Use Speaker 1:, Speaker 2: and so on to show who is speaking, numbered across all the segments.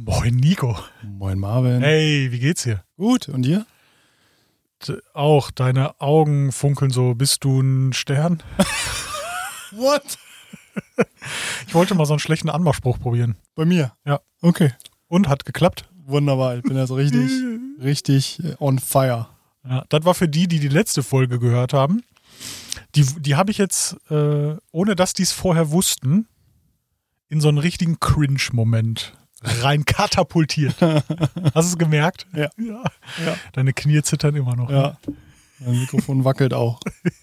Speaker 1: Moin Nico.
Speaker 2: Moin Marvin.
Speaker 1: Hey, wie geht's dir?
Speaker 2: Gut, und dir?
Speaker 1: Auch, deine Augen funkeln so, bist du ein Stern?
Speaker 2: What?
Speaker 1: Ich wollte mal so einen schlechten Anmachspruch probieren.
Speaker 2: Bei mir?
Speaker 1: Ja.
Speaker 2: Okay.
Speaker 1: Und, hat geklappt?
Speaker 2: Wunderbar, ich bin jetzt richtig on fire.
Speaker 1: Ja, das war für die letzte Folge gehört haben. Die habe ich jetzt, ohne dass die es vorher wussten, in so einen richtigen Cringe-Moment rein katapultiert. Hast du es gemerkt?
Speaker 2: Ja.
Speaker 1: Deine Knie zittern immer noch.
Speaker 2: Ja. Mein Mikrofon wackelt auch.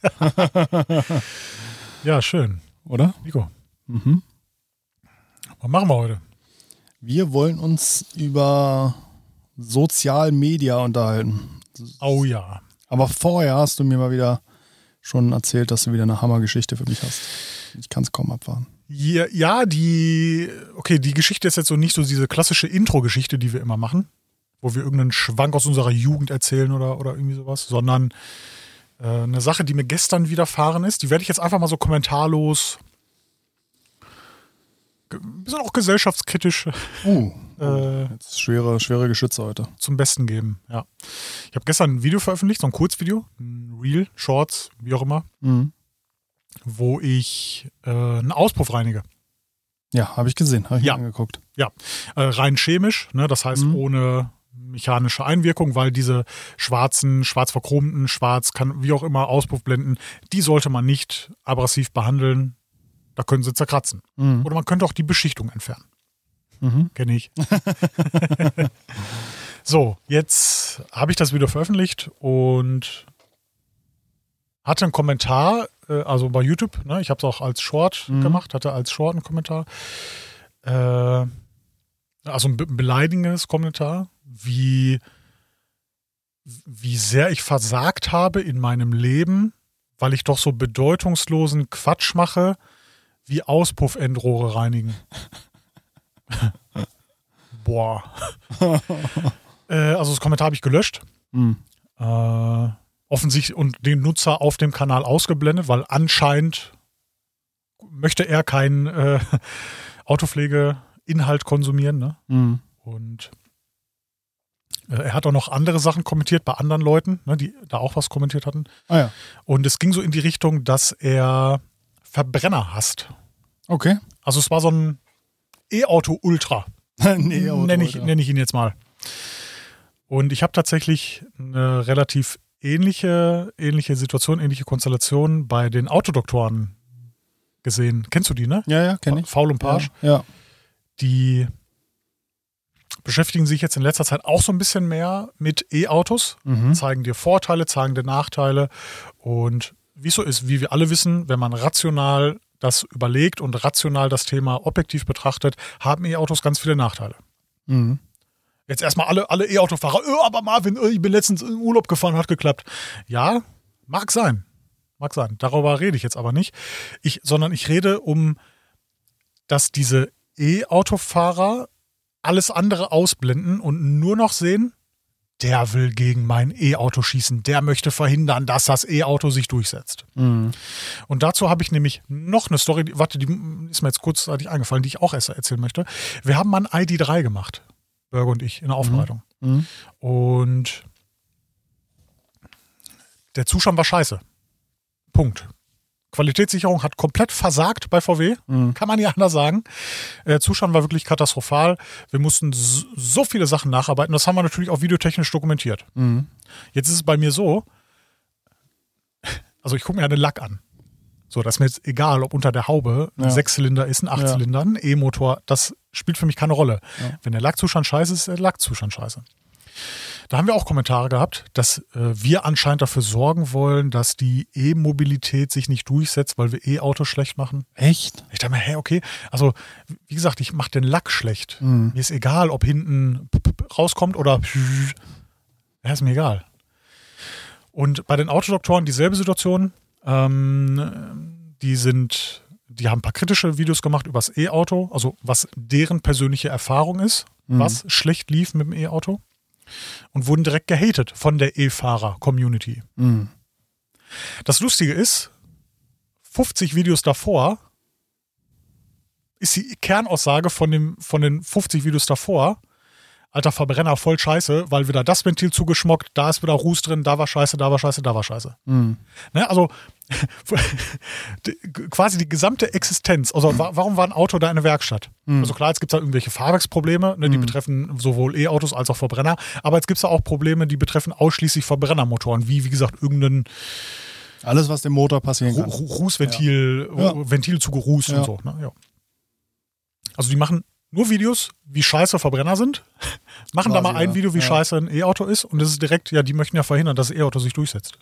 Speaker 1: Ja, schön.
Speaker 2: Oder?
Speaker 1: Nico,
Speaker 2: Mhm.
Speaker 1: was machen wir heute?
Speaker 2: Wir wollen uns über Sozialmedia unterhalten.
Speaker 1: Oh ja.
Speaker 2: Aber vorher hast du mir mal wieder schon erzählt, dass du wieder eine Hammergeschichte für mich hast. Ich kann es kaum abwarten.
Speaker 1: Ja, die Geschichte ist jetzt so nicht so diese klassische Intro-Geschichte, die wir immer machen, wo wir irgendeinen Schwank aus unserer Jugend erzählen oder irgendwie sowas, sondern eine Sache, die mir gestern widerfahren ist, die werde ich jetzt einfach mal so kommentarlos, ein bisschen auch gesellschaftskritisch
Speaker 2: Jetzt ist schwere Geschütze heute.
Speaker 1: zum Besten geben. Ja. Ich habe gestern ein Video veröffentlicht, so ein Kurzvideo, ein Reel, Shorts, wie auch immer, wo ich einen Auspuff reinige.
Speaker 2: Ja, habe ich gesehen, habe ich
Speaker 1: Ja.
Speaker 2: mir angeguckt.
Speaker 1: Ja, rein chemisch, ne? Das heißt ohne mechanische Einwirkung, weil diese schwarz verchromten, wie auch immer, Auspuffblenden, die sollte man nicht abrasiv behandeln. Da können sie zerkratzen. Oder man könnte auch die Beschichtung entfernen. Kenne ich. So, jetzt habe ich das Video veröffentlicht und hatte einen Kommentar, also bei YouTube, ne, ich habe es auch als Short gemacht, hatte als Short einen Kommentar, also ein beleidigendes Kommentar, wie sehr ich versagt habe in meinem Leben, weil ich doch so bedeutungslosen Quatsch mache, wie Auspuffendrohre reinigen. Boah. Also das Kommentar habe ich gelöscht. Offensichtlich und den Nutzer auf dem Kanal ausgeblendet, weil anscheinend möchte er keinen Autopflegeinhalt konsumieren. Ne? Und er hat auch noch andere Sachen kommentiert bei anderen Leuten, ne, die da auch was kommentiert hatten.
Speaker 2: Ah ja.
Speaker 1: Und es ging so in die Richtung, dass er Verbrenner hasst.
Speaker 2: Okay.
Speaker 1: Also es war so ein E-Auto-Ultra. Nenne ich ihn jetzt mal. Und ich habe tatsächlich eine relativ ähnliche Situation, ähnliche Konstellation bei den Autodoktoren gesehen. Kennst du die, ne?
Speaker 2: Ja, kenne ich.
Speaker 1: Faul und Page.
Speaker 2: Ja.
Speaker 1: Die beschäftigen sich jetzt in letzter Zeit auch so ein bisschen mehr mit E-Autos, zeigen dir Vorteile, zeigen dir Nachteile. Und wie es so ist, wie wir alle wissen, wenn man rational das überlegt und rational das Thema objektiv betrachtet, haben E-Autos ganz viele Nachteile. Jetzt erstmal alle E-Autofahrer, aber Marvin, ich bin letztens in Urlaub gefahren, hat geklappt. Ja, mag sein. Darüber rede ich jetzt aber nicht. Sondern ich rede dass diese E-Autofahrer alles andere ausblenden und nur noch sehen, der will gegen mein E-Auto schießen, der möchte verhindern, dass das E-Auto sich durchsetzt. Und dazu habe ich nämlich noch eine Story, die ist mir jetzt kurzzeitig eingefallen, die ich auch erst erzählen möchte. Wir haben mal ein ID3 gemacht, Bürger und ich, in der Aufbereitung. Und der Zustand war scheiße. Punkt. Qualitätssicherung hat komplett versagt bei VW, kann man ja anders sagen. Zustand war wirklich katastrophal. Wir mussten so viele Sachen nacharbeiten. Das haben wir natürlich auch videotechnisch dokumentiert. Jetzt ist es bei mir so, also ich gucke mir ja den Lack an. So, das ist mir jetzt egal, ob unter der Haube ein 6-Zylinder ist, ein 8-Zylinder, ein E-Motor. Das spielt für mich keine Rolle. Ja. Wenn der Lackzustand scheiße ist, ist der Lackzustand scheiße. Da haben wir auch Kommentare gehabt, dass wir anscheinend dafür sorgen wollen, dass die E-Mobilität sich nicht durchsetzt, weil wir E-Autos schlecht machen.
Speaker 2: Echt?
Speaker 1: Ich dachte mir, okay. Also, wie gesagt, ich mache den Lack schlecht. Mir ist egal, ob hinten rauskommt oder ja, ist mir egal. Und bei den Autodoktoren dieselbe Situation. Die haben ein paar kritische Videos gemacht über das E-Auto, also was deren persönliche Erfahrung ist, was schlecht lief mit dem E-Auto. Und wurden direkt gehatet von der E-Fahrer-Community. Das Lustige ist, 50 Videos davor ist die Kernaussage von den 50 Videos davor, alter Verbrenner, voll scheiße, weil wieder das Ventil zugeschmockt, da ist wieder Ruß drin, da war scheiße, da war scheiße, da war scheiße. Ne, also quasi die gesamte Existenz. Also warum war ein Auto da in der Werkstatt? Also klar, jetzt gibt es da irgendwelche Fahrwerksprobleme, ne, die betreffen sowohl E-Autos als auch Verbrenner, aber jetzt gibt es da auch Probleme, die betreffen ausschließlich Verbrennermotoren, wie gesagt, irgendein
Speaker 2: alles, was dem Motor passieren kann.
Speaker 1: Rußventil, Ventil zugerußt und so. Ne? Ja. Also die machen nur Videos, wie scheiße Verbrenner sind, machen quasi, da mal ein Video, wie scheiße ein E-Auto ist und das ist direkt, die möchten ja verhindern, dass das E-Auto sich durchsetzt.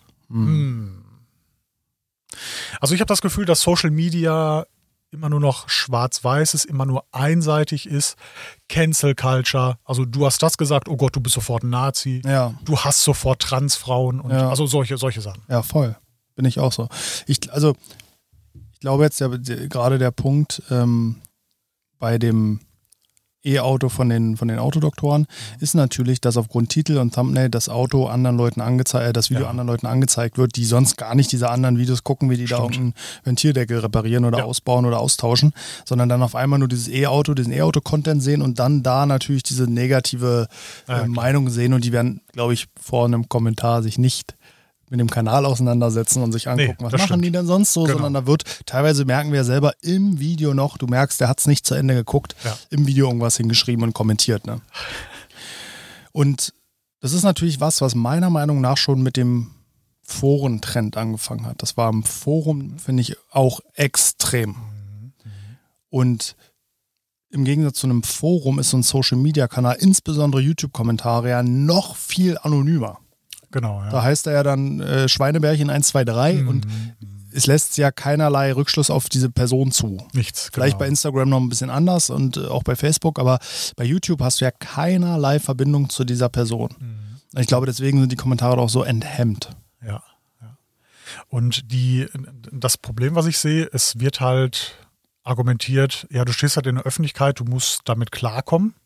Speaker 1: Also ich habe das Gefühl, dass Social Media immer nur noch schwarz-weiß ist, immer nur einseitig ist. Cancel Culture, also du hast das gesagt, oh Gott, du bist sofort ein Nazi. Ja. Du hasst sofort Transfrauen und also solche Sachen.
Speaker 2: Ja, voll. Bin ich auch so. Ich glaube jetzt gerade der Punkt bei dem E-Auto von den Autodoktoren ist natürlich, dass aufgrund Titel und Thumbnail das Auto anderen Leuten das Video anderen Leuten angezeigt wird, die sonst gar nicht diese anderen Videos gucken, wie die da irgendeinen Ventildeckel reparieren oder ausbauen oder austauschen, sondern dann auf einmal nur diesen E-Auto-Content sehen und dann da natürlich diese negative Meinung sehen und die werden, glaube ich, vor einem Kommentar sich nicht mit dem Kanal auseinandersetzen und sich angucken, was machen die denn sonst so, sondern da wird, teilweise merken wir ja selber im Video noch, du merkst, der hat es nicht zu Ende geguckt, im Video irgendwas hingeschrieben und kommentiert. Ne? Und das ist natürlich was meiner Meinung nach schon mit dem Forentrend angefangen hat. Das war im Forum, finde ich, auch extrem. Und im Gegensatz zu einem Forum ist so ein Social-Media-Kanal, insbesondere YouTube-Kommentare, ja noch viel anonymer.
Speaker 1: Genau, ja.
Speaker 2: Da heißt er ja dann Schweinebärchen 1, 2, 3 und es lässt ja keinerlei Rückschluss auf diese Person zu.
Speaker 1: Nichts,
Speaker 2: Vielleicht bei Instagram noch ein bisschen anders und auch bei Facebook, aber bei YouTube hast du ja keinerlei Verbindung zu dieser Person. Ich glaube, deswegen sind die Kommentare auch so enthemmt.
Speaker 1: Ja. Und das Problem, was ich sehe, es wird halt argumentiert, ja, du stehst halt in der Öffentlichkeit, du musst damit klarkommen.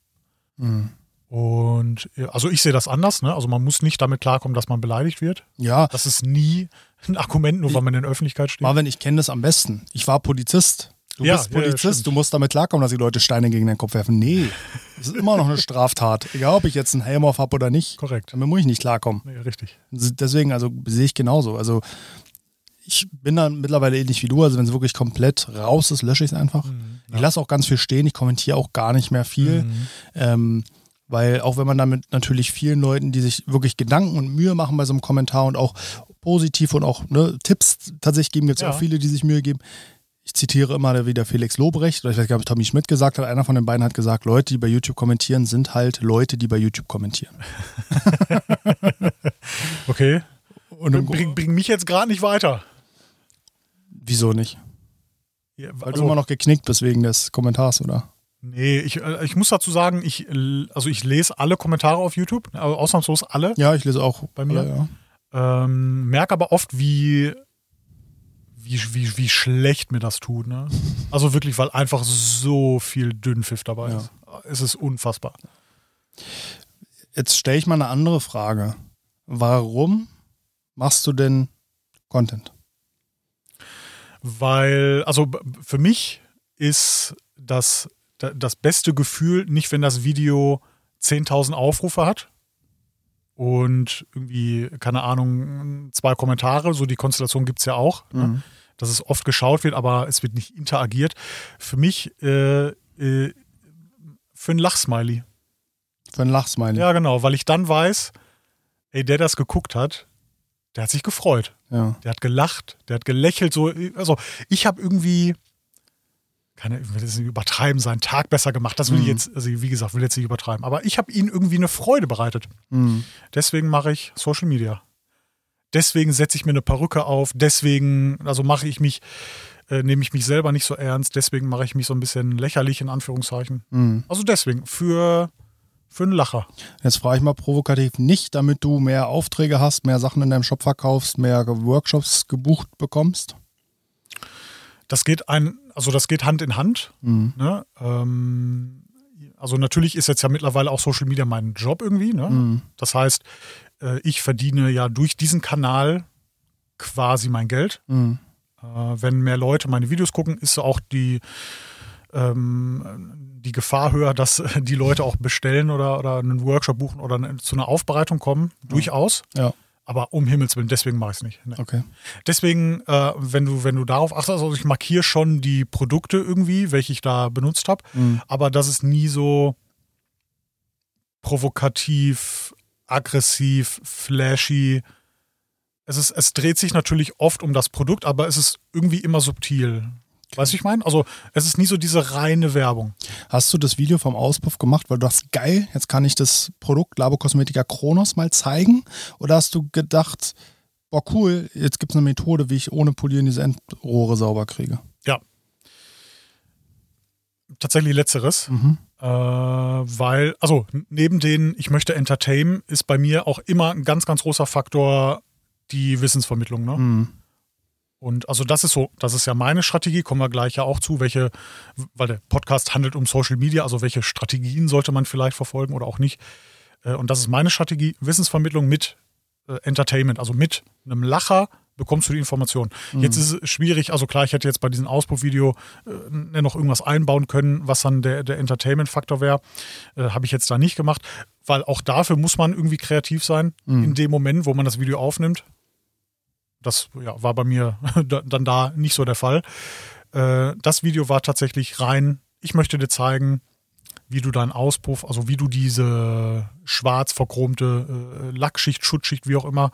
Speaker 1: Und also ich sehe das anders, ne? Also man muss nicht damit klarkommen, dass man beleidigt wird. Ja. Das ist nie ein Argument, nur weil man in der Öffentlichkeit steht.
Speaker 2: Marvin, ich kenne das am besten. Ich war Polizist. Du bist Polizist, du musst damit klarkommen, dass die Leute Steine gegen deinen Kopf werfen. Nee, das ist immer noch eine Straftat. Egal, ob ich jetzt einen Helm auf habe oder nicht.
Speaker 1: Korrekt.
Speaker 2: Damit muss ich nicht klarkommen.
Speaker 1: Nee, richtig.
Speaker 2: Deswegen, also sehe ich genauso. Also ich bin dann mittlerweile ähnlich wie du. Also wenn es wirklich komplett raus ist, lösche ich es einfach. Ich lasse auch ganz viel stehen. Ich kommentiere auch gar nicht mehr viel. Weil auch wenn man damit natürlich vielen Leuten, die sich wirklich Gedanken und Mühe machen bei so einem Kommentar und auch positiv und auch Tipps tatsächlich geben, gibt es auch viele, die sich Mühe geben. Ich zitiere immer wieder Felix Lobrecht, oder ich weiß gar nicht, ob Tommy Schmidt gesagt hat, einer von den beiden hat gesagt, Leute, die bei YouTube kommentieren, sind halt Leute, die bei YouTube kommentieren.
Speaker 1: Okay. Und bring mich jetzt gerade nicht weiter.
Speaker 2: Wieso nicht? Ja, weil du immer noch geknickt bist wegen des Kommentars, oder?
Speaker 1: Nee, ich muss dazu sagen, ich lese alle Kommentare auf YouTube, also ausnahmslos alle.
Speaker 2: Ja, ich lese auch
Speaker 1: bei mir. Merke aber oft, wie schlecht mir das tut. Ne? Also wirklich, weil einfach so viel Dünnpfiff dabei ist. Es ist unfassbar.
Speaker 2: Jetzt stelle ich mal eine andere Frage. Warum machst du denn Content?
Speaker 1: Weil, also für mich ist das beste Gefühl nicht, wenn das Video 10.000 Aufrufe hat und irgendwie, keine Ahnung, 2 Kommentare, so die Konstellation gibt es ja auch, ne? Dass es oft geschaut wird, aber es wird nicht interagiert. Für mich für ein Lachsmiley.
Speaker 2: Für ein Lachsmiley?
Speaker 1: Ja, genau, weil ich dann weiß, ey, der das geguckt hat, der hat sich gefreut. Ja. Der hat gelacht, der hat gelächelt. So, also ich habe irgendwie ich will jetzt nicht übertreiben, seinen Tag besser gemacht. Das will ich jetzt, also wie gesagt, will jetzt nicht übertreiben. Aber ich habe ihnen irgendwie eine Freude bereitet. Deswegen mache ich Social Media. Deswegen setze ich mir eine Perücke auf. Deswegen, also nehme ich mich selber nicht so ernst. Deswegen mache ich mich so ein bisschen lächerlich, in Anführungszeichen. Also deswegen, für einen Lacher.
Speaker 2: Jetzt frage ich mal provokativ, nicht damit du mehr Aufträge hast, mehr Sachen in deinem Shop verkaufst, mehr Workshops gebucht bekommst?
Speaker 1: Das geht Hand in Hand. Ne? Also natürlich ist jetzt ja mittlerweile auch Social Media mein Job irgendwie. Ne? Das heißt, ich verdiene ja durch diesen Kanal quasi mein Geld. Wenn mehr Leute meine Videos gucken, ist auch die die Gefahr höher, dass die Leute auch bestellen oder einen Workshop buchen oder zu einer Aufbereitung kommen. Durchaus.
Speaker 2: Ja.
Speaker 1: Aber um Himmels Willen, deswegen mache ich es nicht. Nee.
Speaker 2: Okay.
Speaker 1: Deswegen, wenn du darauf achtest, also ich markiere schon die Produkte irgendwie, welche ich da benutzt habe, aber das ist nie so provokativ, aggressiv, flashy. Es dreht sich natürlich oft um das Produkt, aber es ist irgendwie immer subtil. Weißt du, ich meine? Also es ist nie so diese reine Werbung.
Speaker 2: Hast du das Video vom Auspuff gemacht, weil du dachtest, geil, jetzt kann ich das Produkt Labo Cosmetica Kronos mal zeigen? Oder hast du gedacht, boah cool, jetzt gibt es eine Methode, wie ich ohne Polieren diese Endrohre sauber kriege?
Speaker 1: Ja. Tatsächlich Letzteres. Weil, also neben den ich möchte entertainen, ist bei mir auch immer ein ganz, ganz großer Faktor die Wissensvermittlung, ne? Und also das ist ja meine Strategie, kommen wir gleich ja auch zu, weil der Podcast handelt um Social Media, also welche Strategien sollte man vielleicht verfolgen oder auch nicht. Und das ist meine Strategie, Wissensvermittlung mit Entertainment, also mit einem Lacher bekommst du die Information. Jetzt ist es schwierig, also klar, ich hätte jetzt bei diesem Auspuffvideo noch irgendwas einbauen können, was dann der Entertainment-Faktor wäre. Habe ich jetzt da nicht gemacht, weil auch dafür muss man irgendwie kreativ sein, in dem Moment, wo man das Video aufnimmt. Das war bei mir dann da nicht so der Fall. Das Video war tatsächlich rein, ich möchte dir zeigen, wie du deinen Auspuff, also wie du diese schwarz verchromte Lackschicht, Schutzschicht, wie auch immer,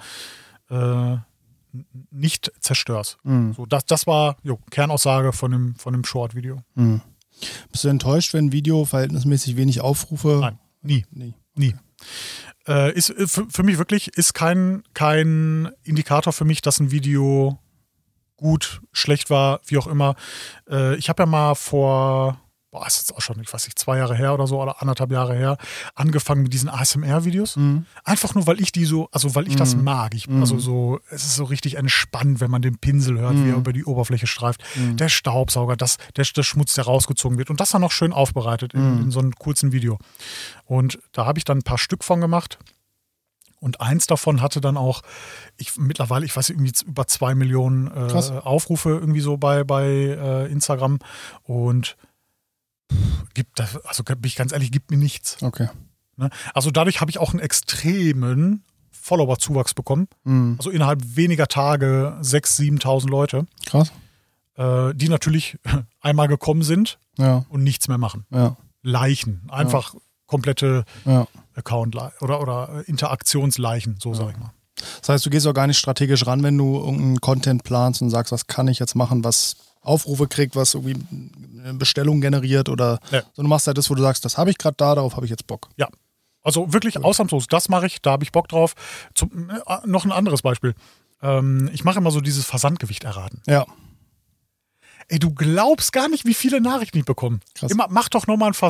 Speaker 1: nicht zerstörst. So, das war Kernaussage von dem Short-Video.
Speaker 2: Bist du enttäuscht, wenn ein Video verhältnismäßig wenig Aufrufe?
Speaker 1: Nein, nie. Ist für mich wirklich kein Indikator für mich, dass ein Video gut, schlecht war, wie auch immer. Ich habe ja mal vor, ist jetzt auch schon, ich weiß nicht, 2 Jahre her oder so oder 1,5 Jahre her, angefangen mit diesen ASMR-Videos. Einfach nur, weil ich weil ich das mag. Es ist so richtig entspannt, wenn man den Pinsel hört, wie er über die Oberfläche streift. Der Staubsauger, der Schmutz, der rausgezogen wird. Und das dann noch schön aufbereitet in so einem kurzen Video. Und da habe ich dann ein paar Stück von gemacht. Und eins davon hatte dann auch, mittlerweile, ich weiß nicht, irgendwie über 2 Millionen Aufrufe irgendwie so bei Instagram. Und bin ich ganz ehrlich, gibt mir nichts.
Speaker 2: Okay.
Speaker 1: Ne? Also dadurch habe ich auch einen extremen Follower-Zuwachs bekommen. Also innerhalb weniger Tage 6.000, 7.000 Leute.
Speaker 2: Krass.
Speaker 1: Die natürlich einmal gekommen sind und nichts mehr machen.
Speaker 2: Ja.
Speaker 1: Leichen. Einfach komplette Account- oder Interaktionsleichen, so sage ich mal.
Speaker 2: Das heißt, du gehst auch gar nicht strategisch ran, wenn du irgendeinen Content planst und sagst, was kann ich jetzt machen, was Aufrufe kriegt, was irgendwie eine Bestellung generiert oder so. Du machst halt das, wo du sagst, das habe ich gerade darauf habe ich jetzt Bock.
Speaker 1: Ja, also wirklich ausnahmslos, das mache ich, da habe ich Bock drauf. Noch ein anderes Beispiel. Ich mache immer so dieses Versandgewicht erraten.
Speaker 2: Ja.
Speaker 1: Ey, du glaubst gar nicht, wie viele Nachrichten ich bekomme. Krass. Mach doch nochmal einen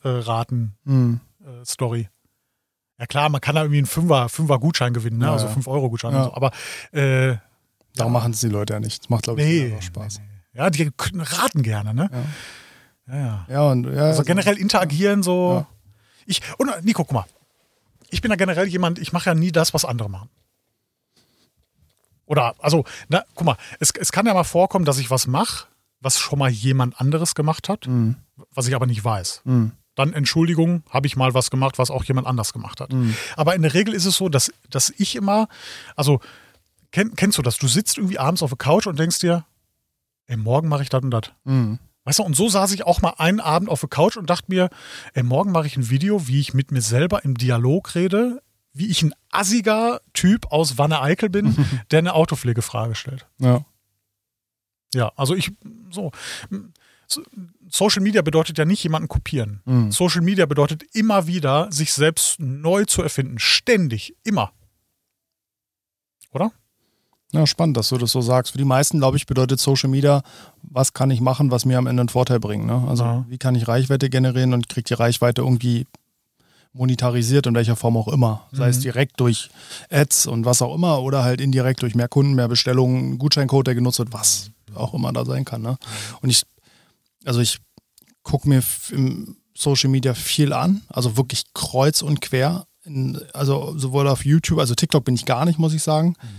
Speaker 1: Versand-Raten-Story. Ja klar, man kann da irgendwie einen Fünfer-Gutschein gewinnen, ne? Also 5-Euro-Gutschein und so. Aber
Speaker 2: darum machen es die Leute ja nicht. Das macht, glaube ich, auch Spaß.
Speaker 1: Nee. Ja, die raten gerne, ne? Ja.
Speaker 2: Also
Speaker 1: generell interagieren so. Ja. Und Nico, guck mal. Ich bin ja generell jemand, ich mache ja nie das, was andere machen. Oder, guck mal, es kann ja mal vorkommen, dass ich was mache, was schon mal jemand anderes gemacht hat, was ich aber nicht weiß. Dann, Entschuldigung, habe ich mal was gemacht, was auch jemand anders gemacht hat. Aber in der Regel ist es so, dass ich immer, kennst du das? Du sitzt irgendwie abends auf der Couch und denkst dir, ey, morgen mache ich das und das. Weißt du, und so saß ich auch mal einen Abend auf der Couch und dachte mir, ey, morgen mache ich ein Video, wie ich mit mir selber im Dialog rede, wie ich ein assiger Typ aus Wanne-Eickel bin, der eine Autopflegefrage stellt. Ja, also Social Media bedeutet ja nicht jemanden kopieren. Social Media bedeutet immer wieder, sich selbst neu zu erfinden. Ständig, immer. Oder?
Speaker 2: Ja, spannend, dass du das so sagst. Für die meisten, glaube ich, bedeutet Social Media, was kann ich machen, was mir am Ende einen Vorteil bringt. Ne? Also wie kann ich Reichweite generieren und kriege die Reichweite irgendwie monetarisiert, in welcher Form auch immer. Sei es direkt durch Ads und was auch immer oder halt indirekt durch mehr Kunden, mehr Bestellungen, Gutscheincode, der genutzt wird, was auch immer da sein kann. Ne? Und ich gucke mir im Social Media viel an, also wirklich kreuz und quer. Also sowohl auf YouTube, also TikTok bin ich gar nicht, muss ich sagen.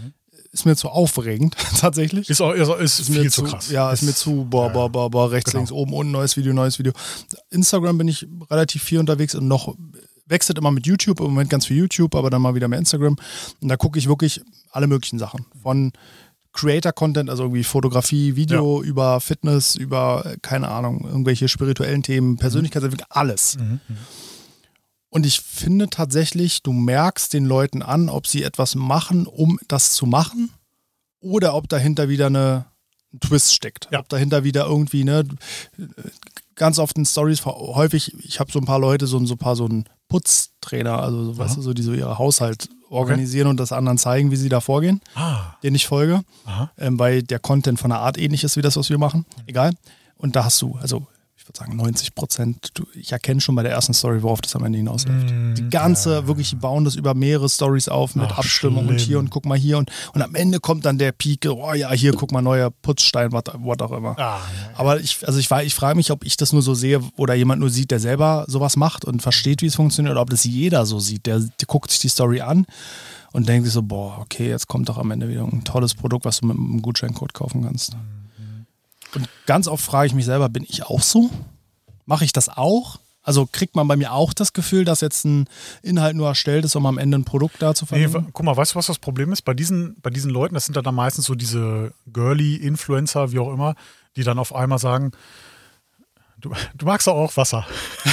Speaker 2: ist mir zu aufregend, tatsächlich.
Speaker 1: Ist viel zu krass.
Speaker 2: Ja, ist mir zu, rechts, links, oben, unten, neues Video. Instagram bin ich relativ viel unterwegs und noch wechselt immer mit YouTube, im Moment ganz viel YouTube, aber dann mal wieder mehr Instagram. Und da gucke ich wirklich alle möglichen Sachen. Von Creator-Content, also irgendwie Fotografie, Video, über Fitness, über, keine Ahnung, irgendwelche spirituellen Themen, Persönlichkeitsentwicklung, alles. Und ich finde tatsächlich, du merkst den Leuten an, ob sie etwas machen, um das zu machen, oder ob dahinter wieder ein Twist steckt.
Speaker 1: Ja.
Speaker 2: Ob dahinter wieder irgendwie, ganz oft in Stories, häufig, ich habe so ein paar Leute, so ein Putztrainer, also weißt du, so die so ihre Haushalt organisieren und das anderen zeigen, wie sie da vorgehen, denen ich folge, weil der Content von der Art ähnlich ist wie das, was wir machen. Egal. Und da hast du, also ich würde sagen 90%, ich erkenne schon bei der ersten Story, worauf das am Ende hinausläuft. Die ganze, wirklich, die bauen das über mehrere Stories auf mit Abstimmung und hier und guck mal hier und am Ende kommt dann der Peak, oh ja, hier guck mal, neuer Putzstein, was auch immer. Aber ich frage mich, ob ich das nur so sehe oder jemand nur sieht, der selber sowas macht und versteht, wie es funktioniert, oder ob das jeder so sieht, der guckt sich die Story an und denkt sich so, boah, okay, jetzt kommt doch am Ende wieder ein tolles Produkt, was du mit einem Gutscheincode kaufen kannst. Und ganz oft frage ich mich selber, bin ich auch so? Mache ich das auch? Also kriegt man bei mir auch das Gefühl, dass jetzt ein Inhalt nur erstellt ist, um am Ende ein Produkt da zu verwenden?
Speaker 1: Guck mal, weißt du, was das Problem ist? Bei diesen Leuten, das sind dann meistens so diese Girly-Influencer, wie auch immer, die dann auf einmal sagen, du magst doch auch Wasser.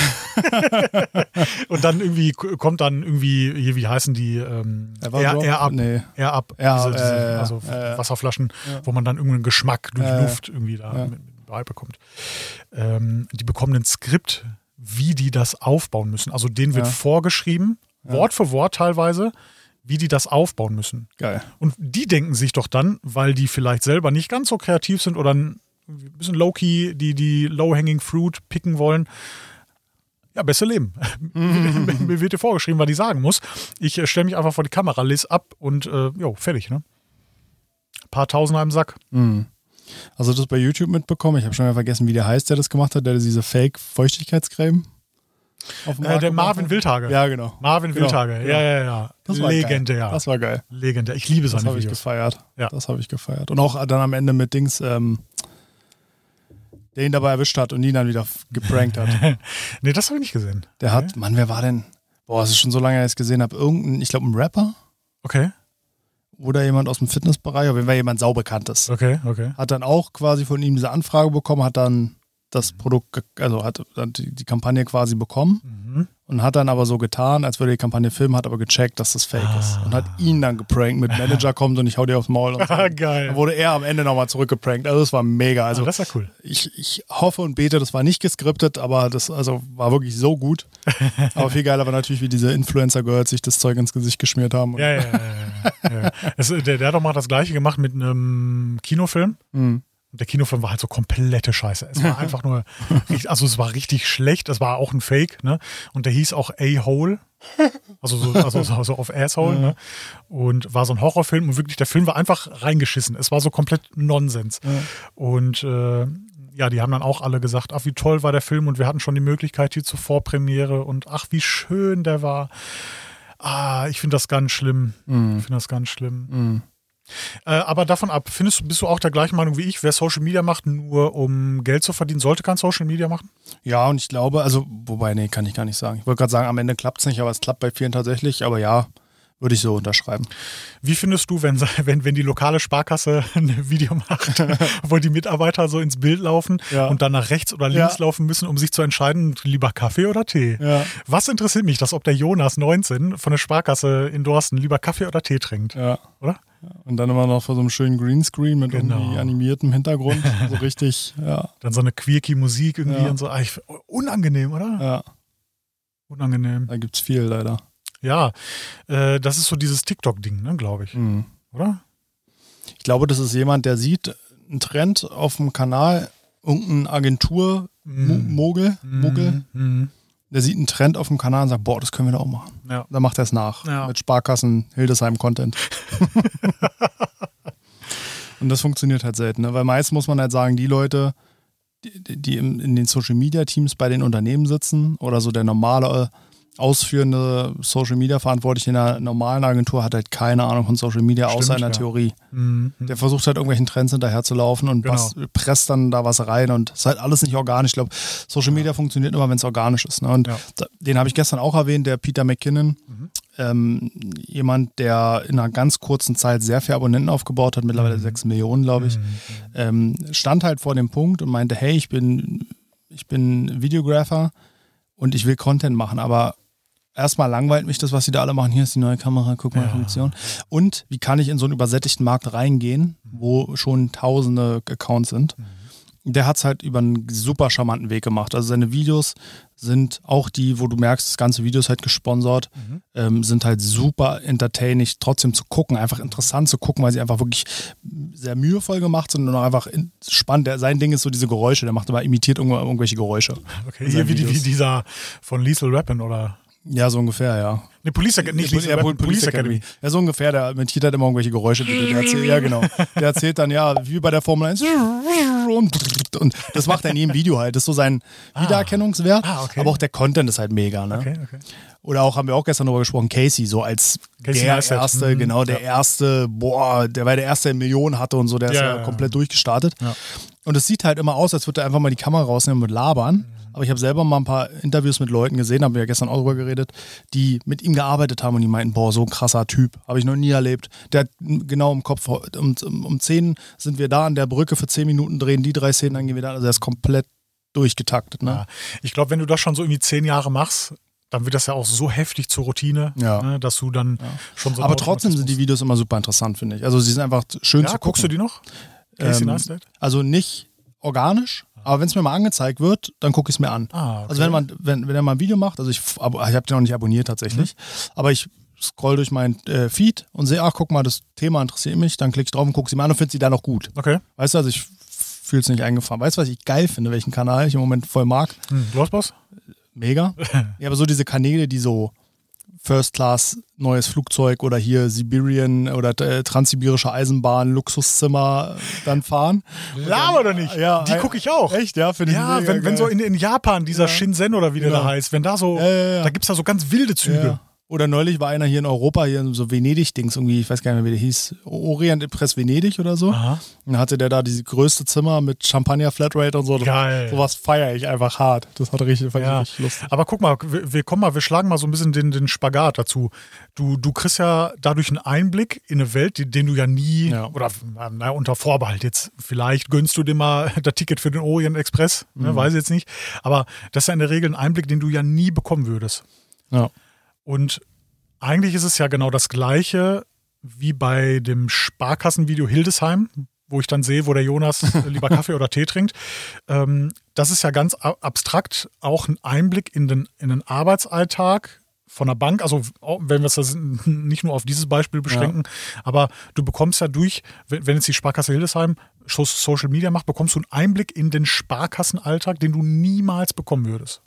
Speaker 1: Und dann irgendwie kommt dann irgendwie, hier, wie heißen die? Air Up. Also Wasserflaschen, wo man dann irgendeinen Geschmack durch Luft irgendwie da mit bekommt. Die bekommen ein Skript, wie die das aufbauen müssen. Also denen wird vorgeschrieben, Wort für Wort teilweise, wie die das aufbauen müssen.
Speaker 2: Geil.
Speaker 1: Und die denken sich doch dann, weil die vielleicht selber nicht ganz so kreativ sind oder ein bisschen low-key, die low-hanging fruit picken wollen, ja, besser leben. Mir wird dir vorgeschrieben, was ich sagen muss. Ich stelle mich einfach vor die Kamera, lese ab und fertig. Ne? Ein paar Tausender im Sack.
Speaker 2: Also das bei YouTube mitbekommen? Ich habe schon mal vergessen, wie der heißt, der das gemacht hat, der diese Fake-Feuchtigkeitscreme auf dem Markt
Speaker 1: der Marvin Wildhage.
Speaker 2: Ja, genau.
Speaker 1: Marvin Wildhage, ja.
Speaker 2: Das war
Speaker 1: legendär.
Speaker 2: Geil. Das war geil.
Speaker 1: Legendär. Ich liebe seine Videos.
Speaker 2: Das habe ich gefeiert. Und auch dann am Ende mit Dings, der ihn dabei erwischt hat und ihn dann wieder geprankt hat.
Speaker 1: Nee, das habe ich nicht gesehen.
Speaker 2: Der hat, Mann, wer war denn? Boah, das ist schon so lange, dass ich es gesehen habe. Ich glaube, ein Rapper.
Speaker 1: Okay.
Speaker 2: Oder jemand aus dem Fitnessbereich, auf jeden Fall jemand saubekanntes.
Speaker 1: Okay.
Speaker 2: Hat dann auch quasi von ihm diese Anfrage bekommen, hat dann das Produkt, also hat dann die Kampagne quasi bekommen und hat dann aber so getan, als würde die Kampagne filmen, hat aber gecheckt, dass das fake ist und hat ihn dann geprankt mit Manager kommt und ich hau dir aufs Maul und so.
Speaker 1: Geil.
Speaker 2: Dann wurde er am Ende nochmal zurückgeprankt. Also das war mega. Also
Speaker 1: das war cool.
Speaker 2: Ich hoffe und bete, das war nicht geskriptet, aber das war wirklich so gut. Aber viel geiler war natürlich, wie diese Influencer-Girls sich das Zeug ins Gesicht geschmiert haben.
Speaker 1: Ja. Der hat doch mal das Gleiche gemacht mit einem Kinofilm. Und der Kinofilm war halt so komplette Scheiße. Es war einfach nur, es war richtig schlecht. Es war auch ein Fake, ne? Und der hieß auch A-Hole. Also auf Asshole, ne? Und war so ein Horrorfilm und wirklich, der Film war einfach reingeschissen. Es war so komplett Nonsens. Und die haben dann auch alle gesagt, ach, wie toll war der Film und wir hatten schon die Möglichkeit hier zur Vorpremiere und ach, wie schön der war. Ich finde das ganz schlimm. Aber davon ab, bist du auch der gleichen Meinung wie ich, wer Social Media macht, nur um Geld zu verdienen, sollte kein Social Media machen?
Speaker 2: Ja, und ich glaube, nee, kann ich gar nicht sagen. Ich wollte gerade sagen, am Ende klappt es nicht, aber es klappt bei vielen tatsächlich, aber ja, würde ich so unterschreiben.
Speaker 1: Wie findest du, wenn die lokale Sparkasse ein Video macht, wo die Mitarbeiter so ins Bild laufen und dann nach rechts oder links laufen müssen, um sich zu entscheiden, lieber Kaffee oder Tee? Ja. Was interessiert mich, ob der Jonas 19 von der Sparkasse in Dorsten lieber Kaffee oder Tee trinkt? Ja. Oder?
Speaker 2: Und dann immer noch vor so einem schönen Greenscreen mit irgendwie animiertem Hintergrund. So richtig,
Speaker 1: Dann so eine quirky Musik irgendwie und so. Unangenehm, oder?
Speaker 2: Ja.
Speaker 1: Unangenehm.
Speaker 2: Da gibt's viel leider.
Speaker 1: Ja, das ist so dieses TikTok-Ding, ne, glaube ich. Oder?
Speaker 2: Ich glaube, das ist jemand, der sieht einen Trend auf dem Kanal, irgendein Agentur-Mogel, der sieht einen Trend auf dem Kanal und sagt, boah, das können wir da auch machen. Ja. Dann macht er es nach. Ja. Mit Sparkassen, Hildesheim-Content. Und das funktioniert halt selten, ne? Weil meist muss man halt sagen, die Leute, die in den Social-Media-Teams bei den Unternehmen sitzen oder so der normale ausführende Social-Media-Verantwortliche in einer normalen Agentur hat halt keine Ahnung von Social Media, außer in der Theorie. Der versucht halt irgendwelchen Trends hinterher zu laufen und presst dann da was rein und ist halt alles nicht organisch. Ich glaube, Social Media funktioniert immer, wenn es organisch ist. Ne? Und den habe ich gestern auch erwähnt, der Peter McKinnon. Jemand, der in einer ganz kurzen Zeit sehr viele Abonnenten aufgebaut hat, mittlerweile 6 Millionen, glaube ich, stand halt vor dem Punkt und meinte, hey, ich bin Videographer und ich will Content machen, aber erstmal langweilt mich das, was sie da alle machen. Hier ist die neue Kamera, guck mal, Funktion. Und wie kann ich in so einen übersättigten Markt reingehen, wo schon tausende Accounts sind? Der hat es halt über einen super charmanten Weg gemacht. Also seine Videos sind auch die, wo du merkst, das ganze Video ist halt gesponsert, sind halt super entertaining, trotzdem zu gucken, einfach interessant zu gucken, weil sie einfach wirklich sehr mühevoll gemacht sind und auch einfach spannend. Sein Ding ist so diese Geräusche, der macht immer, imitiert irgendwelche Geräusche.
Speaker 1: Okay, hier wie dieser von Lethal Weapon, oder?
Speaker 2: Ja, so ungefähr, ja.
Speaker 1: Nee, Police Academy.
Speaker 2: Ja, so ungefähr, der imitiert halt immer irgendwelche Geräusche. Ja, genau. Der erzählt dann, ja, wie bei der Formel 1. Und das macht er in jedem Video halt. Das ist so sein Wiedererkennungswert.
Speaker 1: Okay.
Speaker 2: Aber auch der Content ist halt mega, ne?
Speaker 1: Okay.
Speaker 2: Oder auch, haben wir auch gestern darüber gesprochen, Casey, so als
Speaker 1: Casey
Speaker 2: der
Speaker 1: Neistat.
Speaker 2: Erste, genau, der Erste, der war der Erste, der Millionen hatte und so, der ist ja komplett durchgestartet. Ja. Und es sieht halt immer aus, als würde er einfach mal die Kamera rausnehmen und labern. Aber ich habe selber mal ein paar Interviews mit Leuten gesehen, haben wir ja gestern auch drüber geredet, die mit ihm gearbeitet haben und die meinten, boah, so ein krasser Typ, habe ich noch nie erlebt. Der hat genau im Kopf, um 10 sind wir da an der Brücke für 10 Minuten, drehen die 3 Szenen, dann gehen wir da. Also er ist komplett durchgetaktet. Ne?
Speaker 1: Ja. Ich glaube, wenn du das schon so irgendwie 10 Jahre machst, dann wird das ja auch so heftig zur Routine, ne, dass du dann schon so...
Speaker 2: Aber trotzdem sind die Videos immer super interessant, finde ich. Also sie sind einfach schön zu gucken.
Speaker 1: Guckst du die noch? Casey Neistat?
Speaker 2: Also nicht organisch, aber wenn es mir mal angezeigt wird, dann gucke ich es mir an.
Speaker 1: Okay.
Speaker 2: Also wenn er mal ein Video macht, also ich habe den noch nicht abonniert tatsächlich, aber ich scroll durch meinen Feed und sehe, ach guck mal, das Thema interessiert mich, dann klicke ich drauf und gucke sie mir an und finde sie dann noch gut.
Speaker 1: Okay.
Speaker 2: Weißt du, also ich fühle es nicht eingefahren. Weißt du, was ich geil finde, welchen Kanal ich im Moment voll mag?
Speaker 1: Lostboss?
Speaker 2: Mega. Ja, aber so diese Kanäle, die so First Class, neues Flugzeug oder hier Sibirien oder transsibirische Eisenbahn, Luxuszimmer dann fahren.
Speaker 1: Laber oder nicht?
Speaker 2: Ja,
Speaker 1: die gucke ich auch.
Speaker 2: Echt, ja?
Speaker 1: Ja, wenn so in Japan dieser Shinsen oder wie der da heißt, wenn da so, da gibt es da so ganz wilde Züge.
Speaker 2: Ja. Oder neulich war einer hier in Europa, hier so Venedig-Dings irgendwie, ich weiß gar nicht mehr, wie der hieß, Orient Express Venedig oder so. Aha. Und dann hatte der da dieses größte Zimmer mit Champagner-Flatrate und so.
Speaker 1: Geil.
Speaker 2: Sowas feiere ich einfach hart. Das hat richtig lustig.
Speaker 1: Aber guck mal, wir schlagen mal so ein bisschen den Spagat dazu. Du kriegst ja dadurch einen Einblick in eine Welt, den du ja nie, oder unter Vorbehalt jetzt, vielleicht gönnst du dir mal das Ticket für den Orient Express, weiß ich jetzt nicht. Aber das ist ja in der Regel ein Einblick, den du ja nie bekommen würdest.
Speaker 2: Ja.
Speaker 1: Und eigentlich ist es ja genau das Gleiche wie bei dem Sparkassenvideo Hildesheim, wo ich dann sehe, wo der Jonas lieber Kaffee oder Tee trinkt. Das ist ja ganz abstrakt auch ein Einblick in den Arbeitsalltag von der Bank. Also wenn wir es nicht nur auf dieses Beispiel beschränken, aber du bekommst ja wenn jetzt die Sparkasse Hildesheim Social Media macht, bekommst du einen Einblick in den Sparkassenalltag, den du niemals bekommen würdest.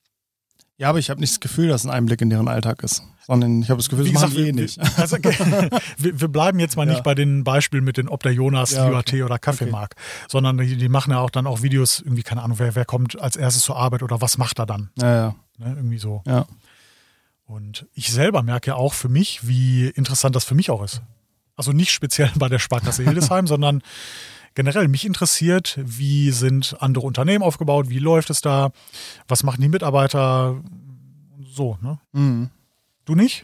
Speaker 2: Ja, aber ich habe nicht das Gefühl, dass ein Einblick in deren Alltag ist. Sondern ich habe das Gefühl, das machen die nicht.
Speaker 1: Also, wir bleiben jetzt mal nicht bei den Beispielen mit ob der Jonas lieber Tee oder Kaffee mag. Sondern die machen ja auch dann auch Videos, irgendwie, keine Ahnung, wer kommt als erstes zur Arbeit oder was macht er dann.
Speaker 2: Ja.
Speaker 1: Ne, irgendwie so.
Speaker 2: Ja.
Speaker 1: Und ich selber merke ja auch für mich, wie interessant das für mich auch ist. Also nicht speziell bei der Sparkasse Hildesheim, sondern generell, mich interessiert, wie sind andere Unternehmen aufgebaut, wie läuft es da, was machen die Mitarbeiter, so, ne?
Speaker 2: Mhm.
Speaker 1: Du nicht?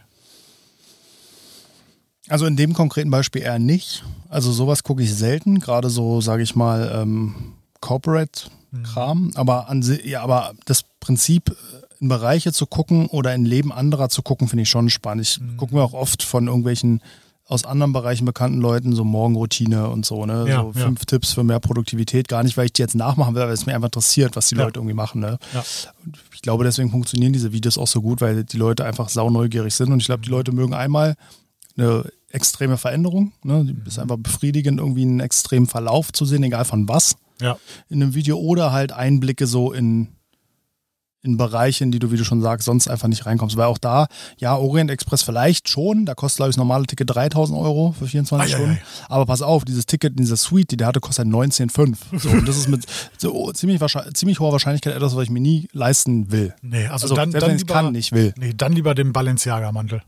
Speaker 2: Also in dem konkreten Beispiel eher nicht. Also sowas gucke ich selten, gerade so, sage ich mal, Corporate-Kram. Aber das Prinzip, in Bereiche zu gucken oder in Leben anderer zu gucken, finde ich schon spannend. Ich gucke mir auch oft von irgendwelchen aus anderen Bereichen bekannten Leuten so Morgenroutine und so, ne?
Speaker 1: Ja,
Speaker 2: so 5 Tipps für mehr Produktivität. Gar nicht, weil ich die jetzt nachmachen will, aber es mich einfach interessiert, was die Leute irgendwie machen, ne?
Speaker 1: Ja.
Speaker 2: Und ich glaube, deswegen funktionieren diese Videos auch so gut, weil die Leute einfach sauneugierig sind. Und ich glaube, die Leute mögen einmal eine extreme Veränderung, ne? Es ist einfach befriedigend, irgendwie einen extremen Verlauf zu sehen, egal von was.
Speaker 1: Ja.
Speaker 2: In einem Video oder halt Einblicke so in in Bereiche, in die du, wie du schon sagst, sonst einfach nicht reinkommst. Weil auch da, ja, Orient Express vielleicht schon, da kostet, glaube ich, das normale Ticket 3.000 € für 24 Stunden. Aber pass auf, dieses Ticket in dieser Suite, die der hatte, kostet 19,5. So, und das ist mit so ziemlich hoher Wahrscheinlichkeit etwas, was ich mir nie leisten will.
Speaker 1: Nee, also dann
Speaker 2: wenn ich
Speaker 1: lieber,
Speaker 2: kann, nicht will.
Speaker 1: Nee, dann lieber den Balenciaga-Mantel.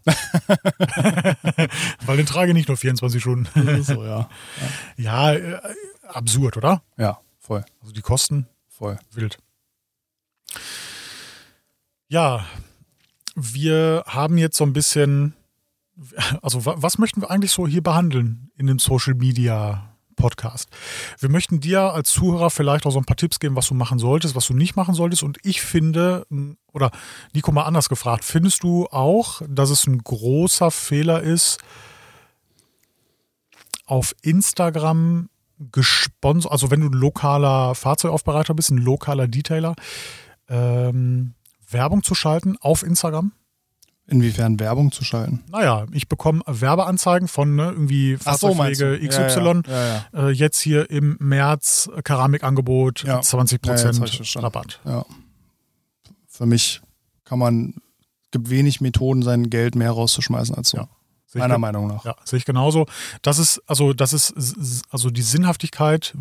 Speaker 1: Weil den trage ich nicht nur 24 Stunden.
Speaker 2: Das ist so, ja.
Speaker 1: Ja, absurd, oder?
Speaker 2: Ja, voll.
Speaker 1: Also die Kosten,
Speaker 2: Voll.
Speaker 1: wild. Ja, wir haben jetzt so ein bisschen, also was möchten wir eigentlich so hier behandeln in dem Social Media Podcast? Wir möchten dir als Zuhörer vielleicht auch so ein paar Tipps geben, was du machen solltest, was du nicht machen solltest. Und ich finde, oder Nico, mal anders gefragt, findest du auch, dass es ein großer Fehler ist, auf Instagram gesponsert, also wenn du ein lokaler Fahrzeugaufbereiter bist, ein lokaler Detailer, Werbung zu schalten auf Instagram?
Speaker 2: Inwiefern Werbung zu schalten?
Speaker 1: Naja, ich bekomme Werbeanzeigen von irgendwie Fahrzeugpflege XY.
Speaker 2: Ja.
Speaker 1: Jetzt hier im März Keramikangebot, 20% Rabatt.
Speaker 2: Ja. Für mich gibt wenig Methoden, sein Geld mehr rauszuschmeißen als so.
Speaker 1: Ja.
Speaker 2: Meiner Meinung nach.
Speaker 1: Ja, sehe ich genauso. Das ist die Sinnhaftigkeit,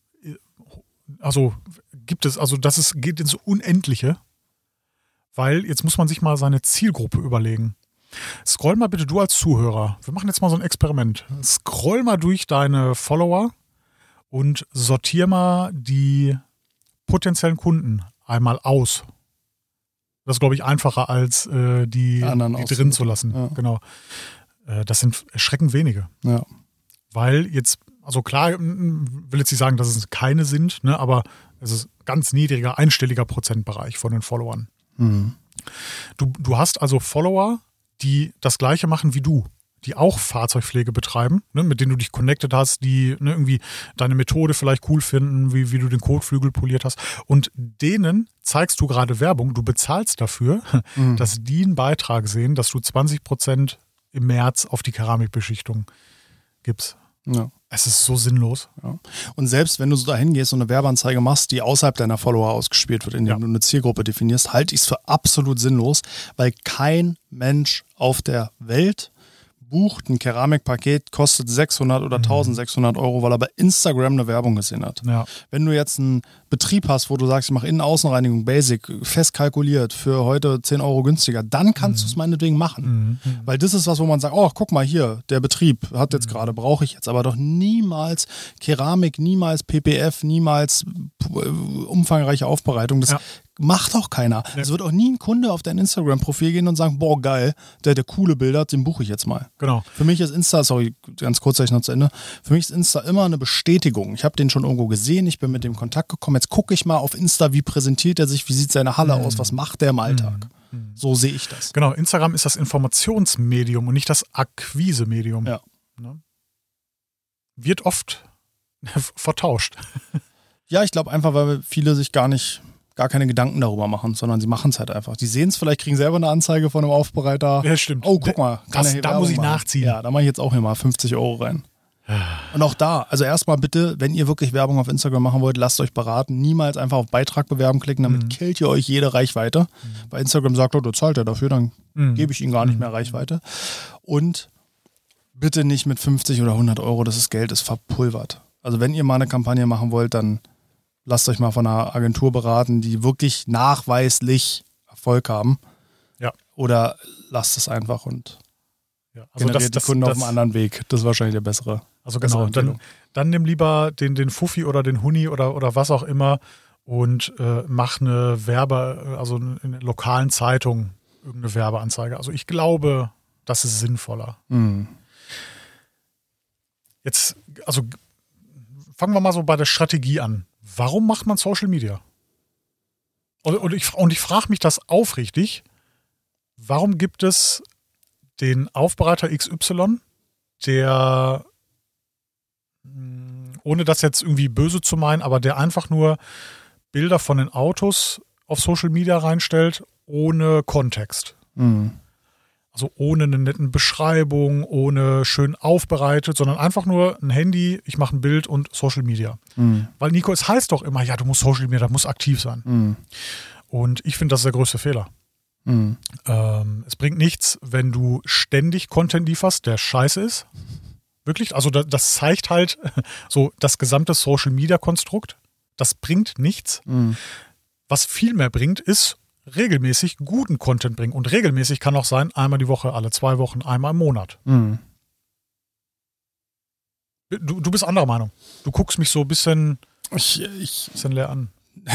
Speaker 1: geht ins Unendliche. Weil jetzt muss man sich mal seine Zielgruppe überlegen. Scroll mal bitte du als Zuhörer. Wir machen jetzt mal so ein Experiment. Scroll mal durch deine Follower und sortier mal die potenziellen Kunden einmal aus. Das ist, glaube ich, einfacher, als die drin zu lassen.
Speaker 2: Ja.
Speaker 1: Genau. Das sind erschreckend wenige.
Speaker 2: Ja.
Speaker 1: Weil jetzt, also klar, will jetzt nicht sagen, dass es keine sind, ne, aber es ist ganz niedriger, einstelliger Prozentbereich von den Followern.
Speaker 2: Mhm.
Speaker 1: Du hast also Follower, die das Gleiche machen wie du, die auch Fahrzeugpflege betreiben, ne, mit denen du dich connected hast, die irgendwie deine Methode vielleicht cool finden, wie du den Kotflügel poliert hast. Und denen zeigst du gerade Werbung, du bezahlst dafür, dass die einen Beitrag sehen, dass du 20% im März auf die Keramikbeschichtung gibst.
Speaker 2: Ja.
Speaker 1: Es ist so sinnlos.
Speaker 2: Ja. Und selbst wenn du so dahin gehst und eine Werbeanzeige machst, die außerhalb deiner Follower ausgespielt wird, indem du eine Zielgruppe definierst, halte ich es für absolut sinnlos, weil kein Mensch auf der Welt bucht ein Keramikpaket, kostet 600 oder 1.600 €, weil er bei Instagram eine Werbung gesehen hat.
Speaker 1: Ja.
Speaker 2: Wenn du jetzt einen Betrieb hast, wo du sagst, ich mache Innen-Außenreinigung, Basic, fest kalkuliert, für heute 10 € günstiger, dann kannst du es meinetwegen machen. Weil das ist was, wo man sagt, oh, guck mal hier, der Betrieb hat jetzt gerade, brauche ich jetzt, aber doch niemals Keramik, niemals PPF, niemals umfangreiche Aufbereitung. Das macht doch keiner. Es wird auch nie ein Kunde auf dein Instagram-Profil gehen und sagen, boah, geil, der coole Bilder hat, den buche ich jetzt mal.
Speaker 1: Genau.
Speaker 2: Für mich ist Insta, sorry, ganz kurz noch zu Ende, für mich ist Insta immer eine Bestätigung. Ich habe den schon irgendwo gesehen, ich bin mit dem in Kontakt gekommen, jetzt gucke ich mal auf Insta, wie präsentiert er sich, wie sieht seine Halle aus, was macht der im Alltag. So sehe ich das.
Speaker 1: Genau, Instagram ist das Informationsmedium und nicht das Akquisemedium.
Speaker 2: Ja.
Speaker 1: Ne? Wird oft vertauscht.
Speaker 2: Ja, ich glaube einfach, weil viele sich gar keine Gedanken darüber machen, sondern sie machen es halt einfach. Die sehen es vielleicht, kriegen selber eine Anzeige von einem Aufbereiter.
Speaker 1: Ja, stimmt.
Speaker 2: Oh, guck mal.
Speaker 1: Da muss ich nachziehen.
Speaker 2: Ja, da mache ich jetzt auch hier mal 50 € rein. Und auch da, also erstmal bitte, wenn ihr wirklich Werbung auf Instagram machen wollt, lasst euch beraten. Niemals einfach auf Beitrag bewerben klicken, damit killt ihr euch jede Reichweite. Bei Instagram sagt, oh, du zahlt ja dafür, dann gebe ich ihnen gar nicht mehr Reichweite. Und bitte nicht mit 50 oder 100 €, das Geld ist verpulvert. Also wenn ihr mal eine Kampagne machen wollt, dann lasst euch mal von einer Agentur beraten, die wirklich nachweislich Erfolg haben.
Speaker 1: Ja.
Speaker 2: Oder lasst es einfach und
Speaker 1: also
Speaker 2: generiert die Kunden auf einem anderen Weg. Das ist wahrscheinlich der bessere.
Speaker 1: Also genau, dann nimm lieber den Fuffi oder den Huni oder was auch immer und mach eine also in einer lokalen Zeitung irgendeine Werbeanzeige. Also ich glaube, das ist sinnvoller. Jetzt, also fangen wir mal so bei der Strategie an. Warum macht man Social Media? Und ich frage mich das aufrichtig. Warum gibt es den Aufbereiter XY, der, ohne das jetzt irgendwie böse zu meinen, aber der einfach nur Bilder von den Autos auf Social Media reinstellt, ohne Kontext. Also ohne eine nette Beschreibung, ohne schön aufbereitet, sondern einfach nur ein Handy, ich mache ein Bild und Social Media. Weil Nico, es heißt doch immer, ja, du musst Social Media, da muss aktiv sein. Und ich finde, das ist der größte Fehler. Es bringt nichts, wenn du ständig Content lieferst, der scheiße ist. Wirklich, also das zeigt halt so das gesamte Social-Media-Konstrukt. Das bringt nichts. Was viel mehr bringt, ist regelmäßig guten Content bringen. Und regelmäßig kann auch sein, einmal die Woche, alle 2 Wochen, einmal im Monat. Du bist anderer Meinung. Du guckst mich so ein bisschen leer an.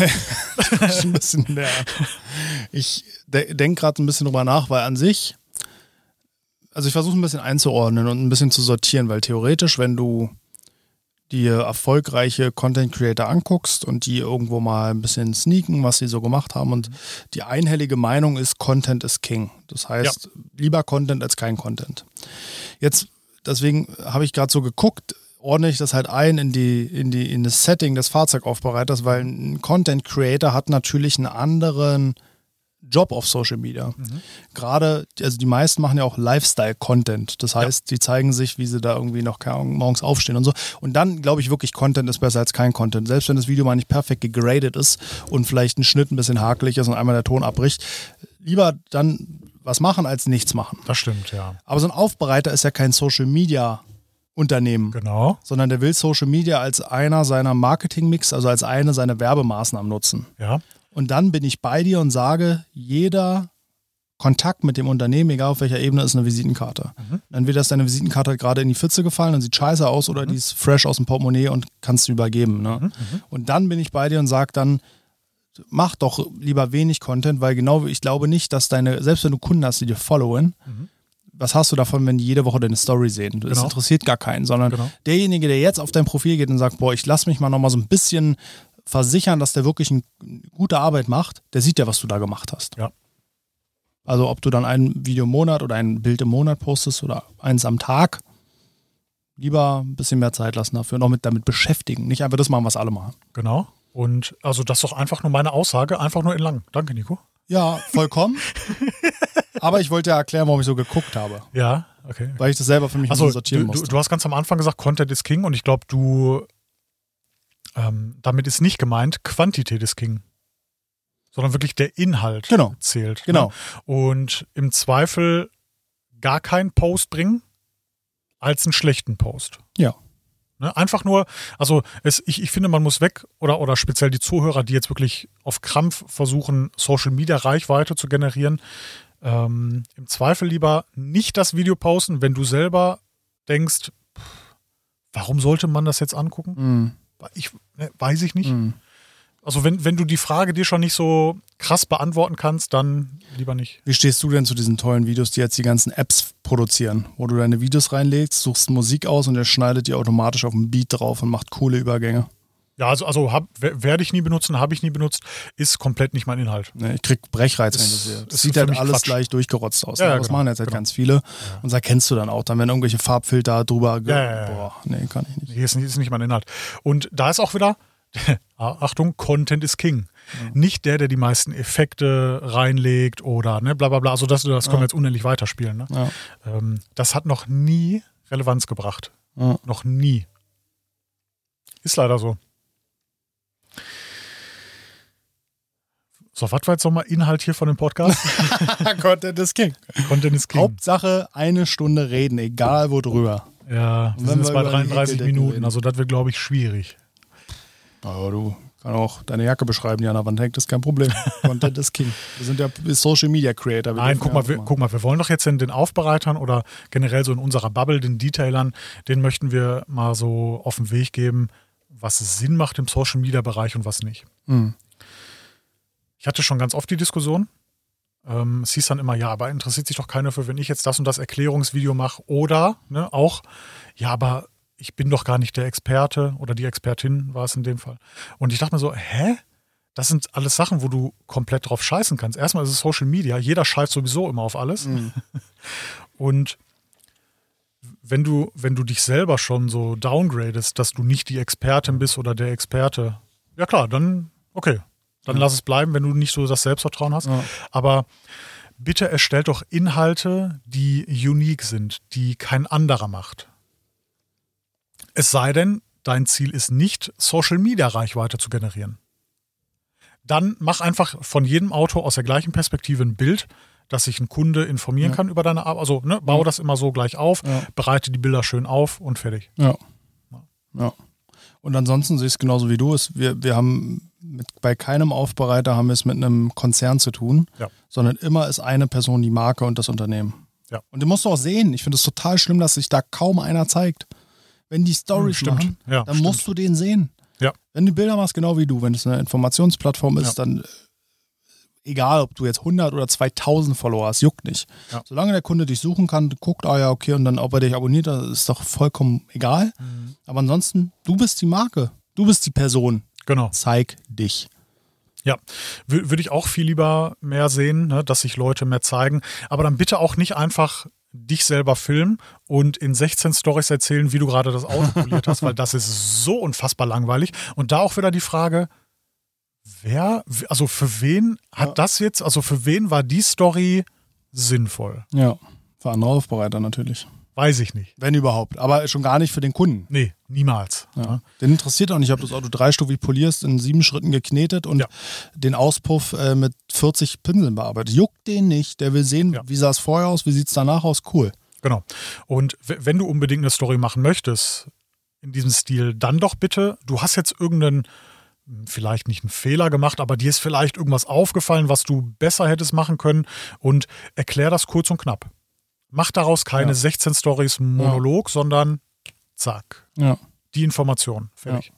Speaker 2: Ein bisschen leer an. Ich denke gerade ein bisschen drüber nach, weil an sich, also ich versuche ein bisschen einzuordnen und ein bisschen zu sortieren, weil theoretisch, wenn du dir erfolgreiche Content Creator anguckst und die irgendwo mal ein bisschen sneaken, was sie so gemacht haben, und die einhellige Meinung ist, Content ist King. Das heißt, lieber Content als kein Content. Jetzt, deswegen habe ich gerade so geguckt, ordne ich das halt ein in das Setting des Fahrzeugaufbereiters, weil ein Content Creator hat natürlich einen anderen Job auf Social Media. Gerade, also die meisten machen ja auch Lifestyle-Content. Das heißt, die zeigen sich, wie sie da irgendwie noch morgens aufstehen und so. Und dann glaube ich wirklich, Content ist besser als kein Content. Selbst wenn das Video mal nicht perfekt gegradet ist und vielleicht ein Schnitt ein bisschen hakelig ist und einmal der Ton abbricht, lieber dann was machen als nichts machen.
Speaker 1: Das stimmt, ja.
Speaker 2: Aber so ein Aufbereiter ist ja kein Social Media Unternehmen.
Speaker 1: Genau.
Speaker 2: Sondern der will Social Media als einer seiner Marketing-Mix, also als eine seiner Werbemaßnahmen nutzen.
Speaker 1: Ja.
Speaker 2: Und dann bin ich bei dir und sage, jeder Kontakt mit dem Unternehmen, egal auf welcher Ebene, ist eine Visitenkarte. Entweder ist deine Visitenkarte gerade in die Pfütze gefallen und sieht scheiße aus oder die ist fresh aus dem Portemonnaie und kannst du übergeben. Ne? Und dann bin ich bei dir und sage dann, mach doch lieber wenig Content, weil genau, ich glaube nicht, dass selbst wenn du Kunden hast, die dir followen, was hast du davon, wenn die jede Woche deine Story sehen? Das interessiert gar keinen, sondern derjenige, der jetzt auf dein Profil geht und sagt, boah, ich lass mich mal nochmal so ein bisschen versichern, dass der wirklich eine gute Arbeit macht, der sieht ja, was du da gemacht hast.
Speaker 1: Ja.
Speaker 2: Also ob du dann ein Video im Monat oder ein Bild im Monat postest oder eins am Tag, lieber ein bisschen mehr Zeit lassen dafür, noch damit beschäftigen. Nicht einfach das machen, was alle machen.
Speaker 1: Genau. Und also das ist doch einfach nur meine Aussage, einfach nur in lang. Danke, Nico.
Speaker 2: Ja, vollkommen. Aber ich wollte ja erklären, warum ich so geguckt habe.
Speaker 1: Ja, okay.
Speaker 2: Weil ich das selber für mich
Speaker 1: also,
Speaker 2: sortieren musste.
Speaker 1: Du hast ganz am Anfang gesagt, Content ist King, und ich glaube, damit ist nicht gemeint, Quantität ist King, sondern wirklich der Inhalt zählt.
Speaker 2: Genau.
Speaker 1: Ne? Und im Zweifel gar keinen Post bringen als einen schlechten Post.
Speaker 2: Ja.
Speaker 1: Ne? Einfach nur, also ich finde, man muss weg, oder speziell die Zuhörer, die jetzt wirklich auf Krampf versuchen, Social Media Reichweite zu generieren, im Zweifel lieber nicht das Video posten, wenn du selber denkst, warum sollte man das jetzt angucken? Weiß ich nicht. Also wenn du die Frage dir schon nicht so krass beantworten kannst, dann lieber nicht.
Speaker 2: Wie stehst du denn zu diesen tollen Videos, die jetzt die ganzen Apps produzieren, wo du deine Videos reinlegst, suchst Musik aus und der schneidet die automatisch auf den Beat drauf und macht coole Übergänge?
Speaker 1: Ja, also werde ich nie benutzen, habe ich nie benutzt, ist komplett nicht mein Inhalt.
Speaker 2: Nee, ich krieg Brechreiz, wenn ich das sehe. Das sieht halt alles
Speaker 1: Quatsch.
Speaker 2: gleich durchgerotzt aus.
Speaker 1: Ja,
Speaker 2: das machen jetzt halt ganz viele. Und das erkennst du dann auch. Dann werden irgendwelche Farbfilter drüber. Boah, nee, kann ich nicht.
Speaker 1: Nee, ist nicht mein Inhalt. Und da ist auch wieder, Achtung, Content is King. Nicht der die meisten Effekte reinlegt oder ne, bla bla bla. Also das können wir jetzt unendlich weiterspielen. Ne?
Speaker 2: Ja.
Speaker 1: Das hat noch nie Relevanz gebracht. Noch nie. Ist leider so. So, was war jetzt nochmal Inhalt hier von dem Podcast?
Speaker 2: Content is King.
Speaker 1: Content is King.
Speaker 2: Hauptsache 1 Stunde reden, egal wo drüber.
Speaker 1: Ja, wir sind jetzt bei 33 Minuten,
Speaker 2: reden.
Speaker 1: also das wird, glaube ich, schwierig.
Speaker 2: Aber du kannst auch deine Jacke beschreiben, die an der Wand hängt, das ist kein Problem. Content is King. Wir sind ja Social Media Creator.
Speaker 1: Nein, guck mal, wir wollen doch jetzt den Aufbereitern oder generell so in unserer Bubble, den Detailern, denen möchten wir mal so auf den Weg geben, was Sinn macht im Social Media Bereich und was nicht. Ich hatte schon ganz oft die Diskussion. Es hieß dann immer, ja, aber interessiert sich doch keiner für, wenn ich jetzt das und das Erklärungsvideo mache. Oder auch, ja, aber ich bin doch gar nicht der Experte oder die Expertin war es in dem Fall. Und ich dachte mir so, das sind alles Sachen, wo du komplett drauf scheißen kannst. Erstmal ist es Social Media, jeder scheißt sowieso immer auf alles. Und wenn du dich selber schon so downgradest, dass du nicht die Expertin bist oder der Experte, ja klar, dann okay. Dann lass es bleiben, wenn du nicht so das Selbstvertrauen hast. Ja. Aber bitte erstell doch Inhalte, die unique sind, die kein anderer macht. Es sei denn, dein Ziel ist nicht, Social-Media-Reichweite zu generieren. Dann mach einfach von jedem Auto aus der gleichen Perspektive ein Bild, dass sich ein Kunde informieren kann über deine Arbeit. Also baue das immer so gleich auf, bereite die Bilder schön auf und fertig.
Speaker 2: Ja. Und ansonsten sehe ich es genauso wie du. Wir haben bei keinem Aufbereiter haben wir es mit einem Konzern zu tun, sondern immer ist eine Person die Marke und das Unternehmen.
Speaker 1: Ja.
Speaker 2: Und den musst du auch sehen. Ich finde es total schlimm, dass sich da kaum einer zeigt. Wenn die Storys machen, dann musst du den sehen.
Speaker 1: Ja.
Speaker 2: Wenn du Bilder machst, genau wie du, wenn es eine Informationsplattform ist, dann egal, ob du jetzt 100 oder 2000 Follower hast, juckt nicht. Ja. Solange der Kunde dich suchen kann, guckt, okay, und dann, ob er dich abonniert, das ist doch vollkommen egal. Aber ansonsten, du bist die Marke. Du bist die Person.
Speaker 1: Genau.
Speaker 2: Zeig dich.
Speaker 1: Ja, würde ich auch viel lieber mehr sehen, ne, dass sich Leute mehr zeigen. Aber dann bitte auch nicht einfach dich selber filmen und in 16 Storys erzählen, wie du gerade das Auto poliert hast, weil das ist so unfassbar langweilig. Und da auch wieder die Frage, für wen hat das jetzt, also für wen war die Story sinnvoll?
Speaker 2: Ja, für andere Aufbereiter natürlich.
Speaker 1: Weiß ich nicht.
Speaker 2: Wenn überhaupt, aber schon gar nicht für den Kunden.
Speaker 1: Nee, niemals.
Speaker 2: Ja. Den interessiert auch nicht, ob du das Auto 3-stufig polierst, in 7 Schritten geknetet und den Auspuff mit 40 Pinseln bearbeitet. Juckt den nicht, der will sehen, wie sah es vorher aus, wie sieht es danach aus, cool.
Speaker 1: Genau. Und wenn du unbedingt eine Story machen möchtest, in diesem Stil, dann doch bitte, du hast jetzt vielleicht nicht einen Fehler gemacht, aber dir ist vielleicht irgendwas aufgefallen, was du besser hättest machen können und erklär das kurz und knapp. Mach daraus keine 16 Storys Monolog, sondern zack. Ja. Die Information. Fertig.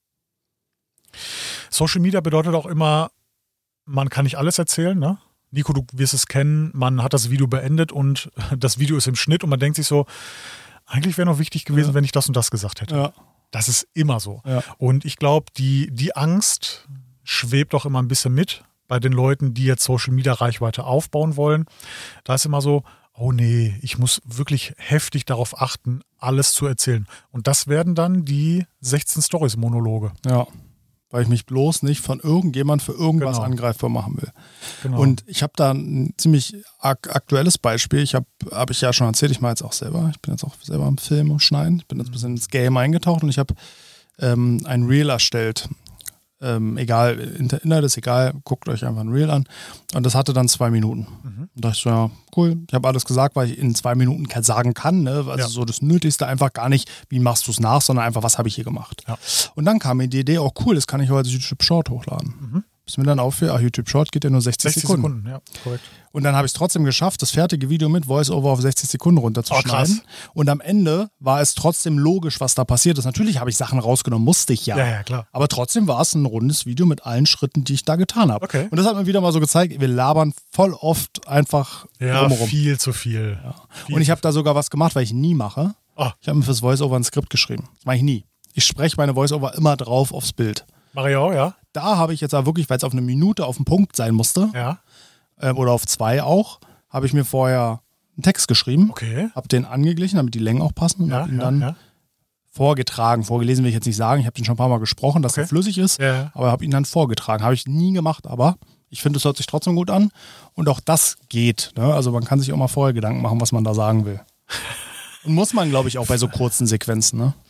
Speaker 1: Ja. Social Media bedeutet auch immer, man kann nicht alles erzählen, ne? Nico, du wirst es kennen, man hat das Video beendet und das Video ist im Schnitt und man denkt sich so, eigentlich wäre noch wichtig gewesen, wenn ich das und das gesagt hätte. Ja. Das ist immer so. Ja. Und ich glaube, die Angst schwebt auch immer ein bisschen mit bei den Leuten, die jetzt Social Media Reichweite aufbauen wollen. Da ist immer so, oh nee, ich muss wirklich heftig darauf achten, alles zu erzählen. Und das werden dann die 16 Stories-Monologe.
Speaker 2: Ja, weil ich mich bloß nicht von irgendjemand für irgendwas angreifbar machen will. Genau. Und ich habe da ein ziemlich aktuelles Beispiel. Hab ich ja schon erzählt, ich mache jetzt auch selber. Ich bin jetzt auch selber am Film und Schneiden. Ich bin jetzt ein bisschen ins Game eingetaucht und ich habe ein Reel erstellt. Egal, Inhalt ist egal, guckt euch einfach ein Reel an. Und das hatte dann 2 Minuten. Und da dachte ich so, ja, cool. Ich habe alles gesagt, weil ich in 2 Minuten sagen kann. Ne? Also so das Nötigste einfach gar nicht, wie machst du es nach, sondern einfach, was habe ich hier gemacht. Ja. Und dann kam mir die Idee, cool, das kann ich heute als YouTube Short hochladen. Bis mir dann auffiel, YouTube Short geht ja nur 60 Sekunden. Ja, korrekt. Und dann habe ich es trotzdem geschafft, das fertige Video mit Voice-Over auf 60 Sekunden runterzuschneiden. Und am Ende war es trotzdem logisch, was da passiert ist. Natürlich habe ich Sachen rausgenommen, musste ich ja.
Speaker 1: Ja, klar.
Speaker 2: Aber trotzdem war es ein rundes Video mit allen Schritten, die ich da getan habe. Okay. Und das hat mir wieder mal so gezeigt, wir labern voll oft einfach
Speaker 1: drumherum. Viel zu viel.
Speaker 2: Ja. Und ich habe da sogar was gemacht, weil ich nie mache. Ich habe mir fürs Voice-Over ein Skript geschrieben. Das mache ich nie. Ich spreche meine Voice-Over immer drauf aufs Bild.
Speaker 1: Mario, ja.
Speaker 2: Da habe ich jetzt aber wirklich, weil es auf 1 Minute auf den Punkt sein musste, oder auf 2 auch, habe ich mir vorher einen Text geschrieben, habe den angeglichen, damit die Längen auch passen und habe ihn dann vorgetragen. Vorgelesen will ich jetzt nicht sagen, ich habe den schon ein paar Mal gesprochen, dass er flüssig ist, aber habe ihn dann vorgetragen. Habe ich nie gemacht, aber ich finde, es hört sich trotzdem gut an und auch das geht. Ne? Also man kann sich auch mal vorher Gedanken machen, was man da sagen will. Und muss man, glaube ich, auch bei so kurzen Sequenzen, ne?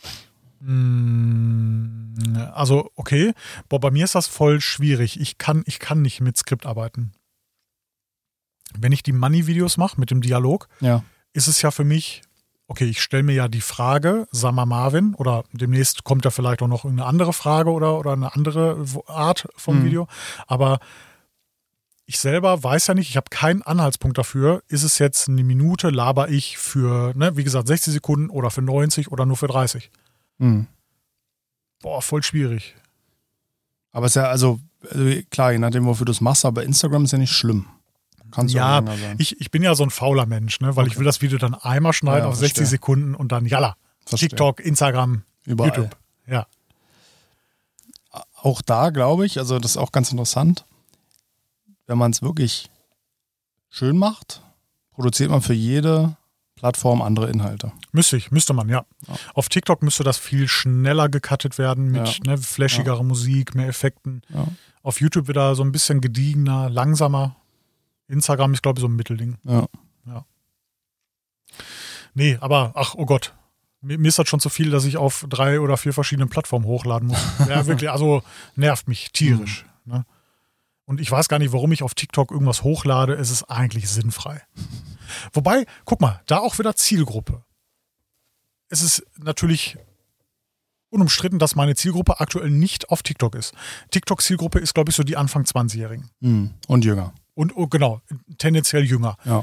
Speaker 1: Also, okay. Bei mir ist das voll schwierig. Ich kann nicht mit Skript arbeiten. Wenn ich die Money-Videos mache mit dem Dialog, ist es ja für mich, okay, ich stelle mir ja die Frage, sag mal Marvin, oder demnächst kommt da vielleicht auch noch eine andere Frage oder eine andere Art vom Video. Aber ich selber weiß ja nicht, ich habe keinen Anhaltspunkt dafür, ist es jetzt 1 Minute, laber ich für, wie gesagt, 60 Sekunden oder für 90 oder nur für 30. Boah, voll schwierig.
Speaker 2: Aber es ist ja, also klar, je nachdem, wofür du es machst, aber Instagram ist ja nicht schlimm. Kannst du auch länger sein.
Speaker 1: Ich bin ja so ein fauler Mensch, ne? Weil ich will das Video dann einmal schneiden auf 60 Sekunden und dann jalla. TikTok, Instagram, überall. YouTube. Ja.
Speaker 2: Auch da glaube ich, also das ist auch ganz interessant, wenn man es wirklich schön macht, produziert man für jede Plattform andere Inhalte.
Speaker 1: Müsste man, ja. Auf TikTok müsste das viel schneller gecuttet werden mit flashigerer Musik, mehr Effekten. Ja. Auf YouTube wieder so ein bisschen gediegener, langsamer. Instagram ist, glaube ich, so ein Mittelding. Ja. Nee, aber, oh Gott. Mir ist das schon zu viel, dass ich auf 3 oder 4 verschiedenen Plattformen hochladen muss. Ja, wirklich, also nervt mich tierisch. Ne? und ich weiß gar nicht, warum ich auf TikTok irgendwas hochlade, es ist eigentlich sinnfrei. Wobei, guck mal, da auch wieder Zielgruppe. Es ist natürlich unumstritten, dass meine Zielgruppe aktuell nicht auf TikTok ist. TikTok-Zielgruppe ist, glaube ich, so die Anfang 20-Jährigen.
Speaker 2: Und jünger.
Speaker 1: Und genau, tendenziell jünger.
Speaker 2: Ja.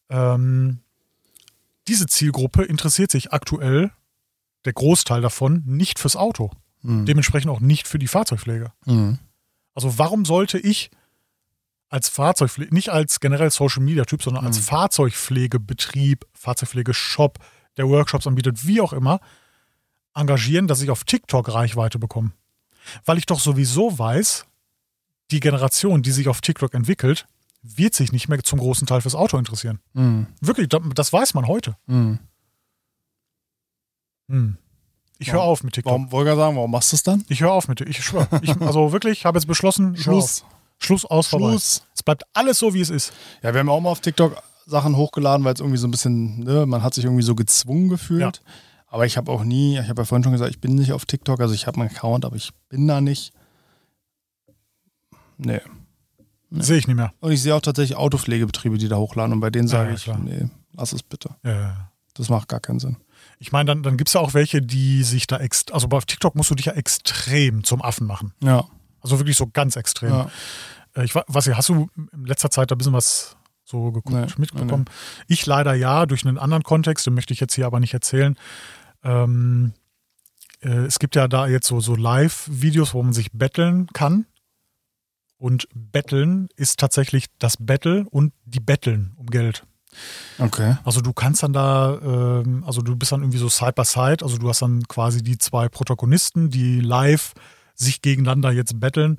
Speaker 1: Diese Zielgruppe interessiert sich aktuell, der Großteil davon, nicht fürs Auto. Dementsprechend auch nicht für die Fahrzeugpflege. Also warum sollte ich als Fahrzeugpflege, nicht als generell Social-Media-Typ, sondern als Fahrzeugpflegebetrieb, Fahrzeugpflegeshop, der Workshops anbietet, wie auch immer, engagieren, dass ich auf TikTok Reichweite bekomme? Weil ich doch sowieso weiß, die Generation, die sich auf TikTok entwickelt, wird sich nicht mehr zum großen Teil fürs Auto interessieren. Wirklich, das weiß man heute. Ich höre auf mit TikTok.
Speaker 2: Warum machst du es dann?
Speaker 1: Ich höre auf mit TikTok. Ich schwöre. Also wirklich, habe jetzt beschlossen, Schluss aus, vorbei. Es bleibt alles so, wie es ist.
Speaker 2: Ja, wir haben auch mal auf TikTok Sachen hochgeladen, weil es irgendwie so ein bisschen, ne, man hat sich irgendwie so gezwungen gefühlt. Ja. Aber ich habe auch nie, ich habe ja vorhin schon gesagt, ich bin nicht auf TikTok, also ich habe einen Account, aber ich bin da nicht. Nee.
Speaker 1: Sehe ich nicht mehr.
Speaker 2: Und ich sehe auch tatsächlich Autopflegebetriebe, die da hochladen und bei denen sage ich, nee, lass es bitte.
Speaker 1: Ja.
Speaker 2: Das macht gar keinen Sinn.
Speaker 1: Ich meine, dann gibt es ja auch welche, die sich da also bei TikTok musst du dich ja extrem zum Affen machen.
Speaker 2: Ja.
Speaker 1: Also wirklich so ganz extrem. Ja. Hast du in letzter Zeit da ein bisschen was so geguckt, mitbekommen? Nee. Ich leider ja, durch einen anderen Kontext, den möchte ich jetzt hier aber nicht erzählen. Es gibt ja da jetzt so Live-Videos, wo man sich betteln kann. Und Betteln ist tatsächlich das Battle und die betteln um Geld.
Speaker 2: Okay.
Speaker 1: Also du kannst dann da, also du bist dann irgendwie so Side by Side, also du hast dann quasi die zwei Protagonisten, die live sich gegeneinander jetzt betteln.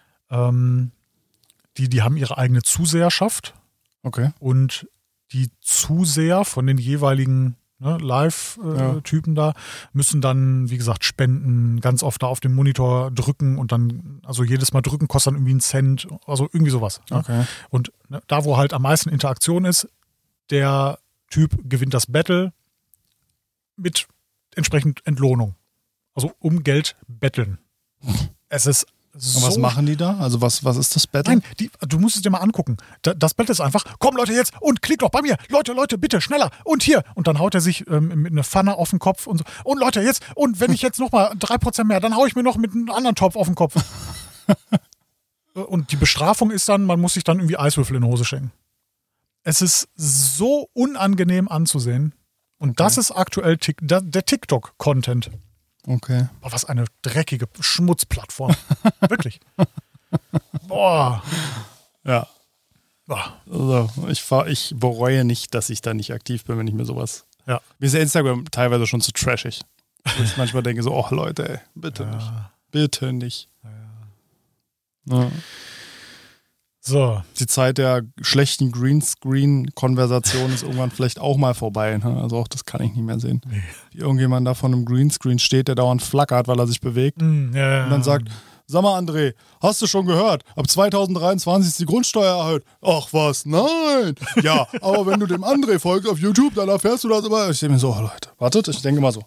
Speaker 1: Die haben ihre eigene Zuseherschaft.
Speaker 2: Okay.
Speaker 1: Und die Zuseher von den jeweiligen Live-Typen da müssen dann, wie gesagt, spenden, ganz oft da auf den Monitor drücken und dann, also jedes Mal drücken kostet dann irgendwie einen Cent, also irgendwie sowas.
Speaker 2: Okay.
Speaker 1: Ne? Und da, wo halt am meisten Interaktion ist, der Typ gewinnt das Battle mit entsprechend Entlohnung. Also um Geld betteln. Es ist so.
Speaker 2: Und was machen die da? Also was ist das Battle?
Speaker 1: Nein, du musst es dir mal angucken. Das Battle ist einfach, komm Leute jetzt und klick doch bei mir. Leute, bitte, schneller. Und hier. Und dann haut er sich mit einer Pfanne auf den Kopf und so. Und Leute, jetzt. Und wenn ich jetzt nochmal 3% mehr, dann hau ich mir noch mit einem anderen Topf auf den Kopf. Und die Bestrafung ist dann, man muss sich dann irgendwie Eiswürfel in die Hose schenken. Es ist so unangenehm anzusehen. Und das ist aktuell der TikTok-Content.
Speaker 2: Okay.
Speaker 1: Boah, was eine dreckige Schmutzplattform. Wirklich. Boah.
Speaker 2: Ja.
Speaker 1: Boah.
Speaker 2: Also, ich bereue nicht, dass ich da nicht aktiv bin, wenn ich mir sowas.
Speaker 1: Ja.
Speaker 2: Mir ist ja Instagram teilweise schon zu trashig. Wo ich manchmal denke so, oh Leute, ey, bitte nicht. Bitte nicht. Ja.
Speaker 1: So.
Speaker 2: Die Zeit der schlechten Greenscreen-Konversation ist irgendwann vielleicht auch mal vorbei. Ne? Also auch das kann ich nicht mehr sehen. Nee. Wie irgendjemand da vor einem Greenscreen steht, der dauernd flackert, weil er sich bewegt. Und dann sagt, sag mal André, hast du schon gehört, ab 2023 ist die Grundsteuer erhöht. Ach was, nein. Ja, aber wenn du dem André folgst auf YouTube, dann erfährst du das immer. Ich denke mir so, oh Leute, wartet, ich denke mal so.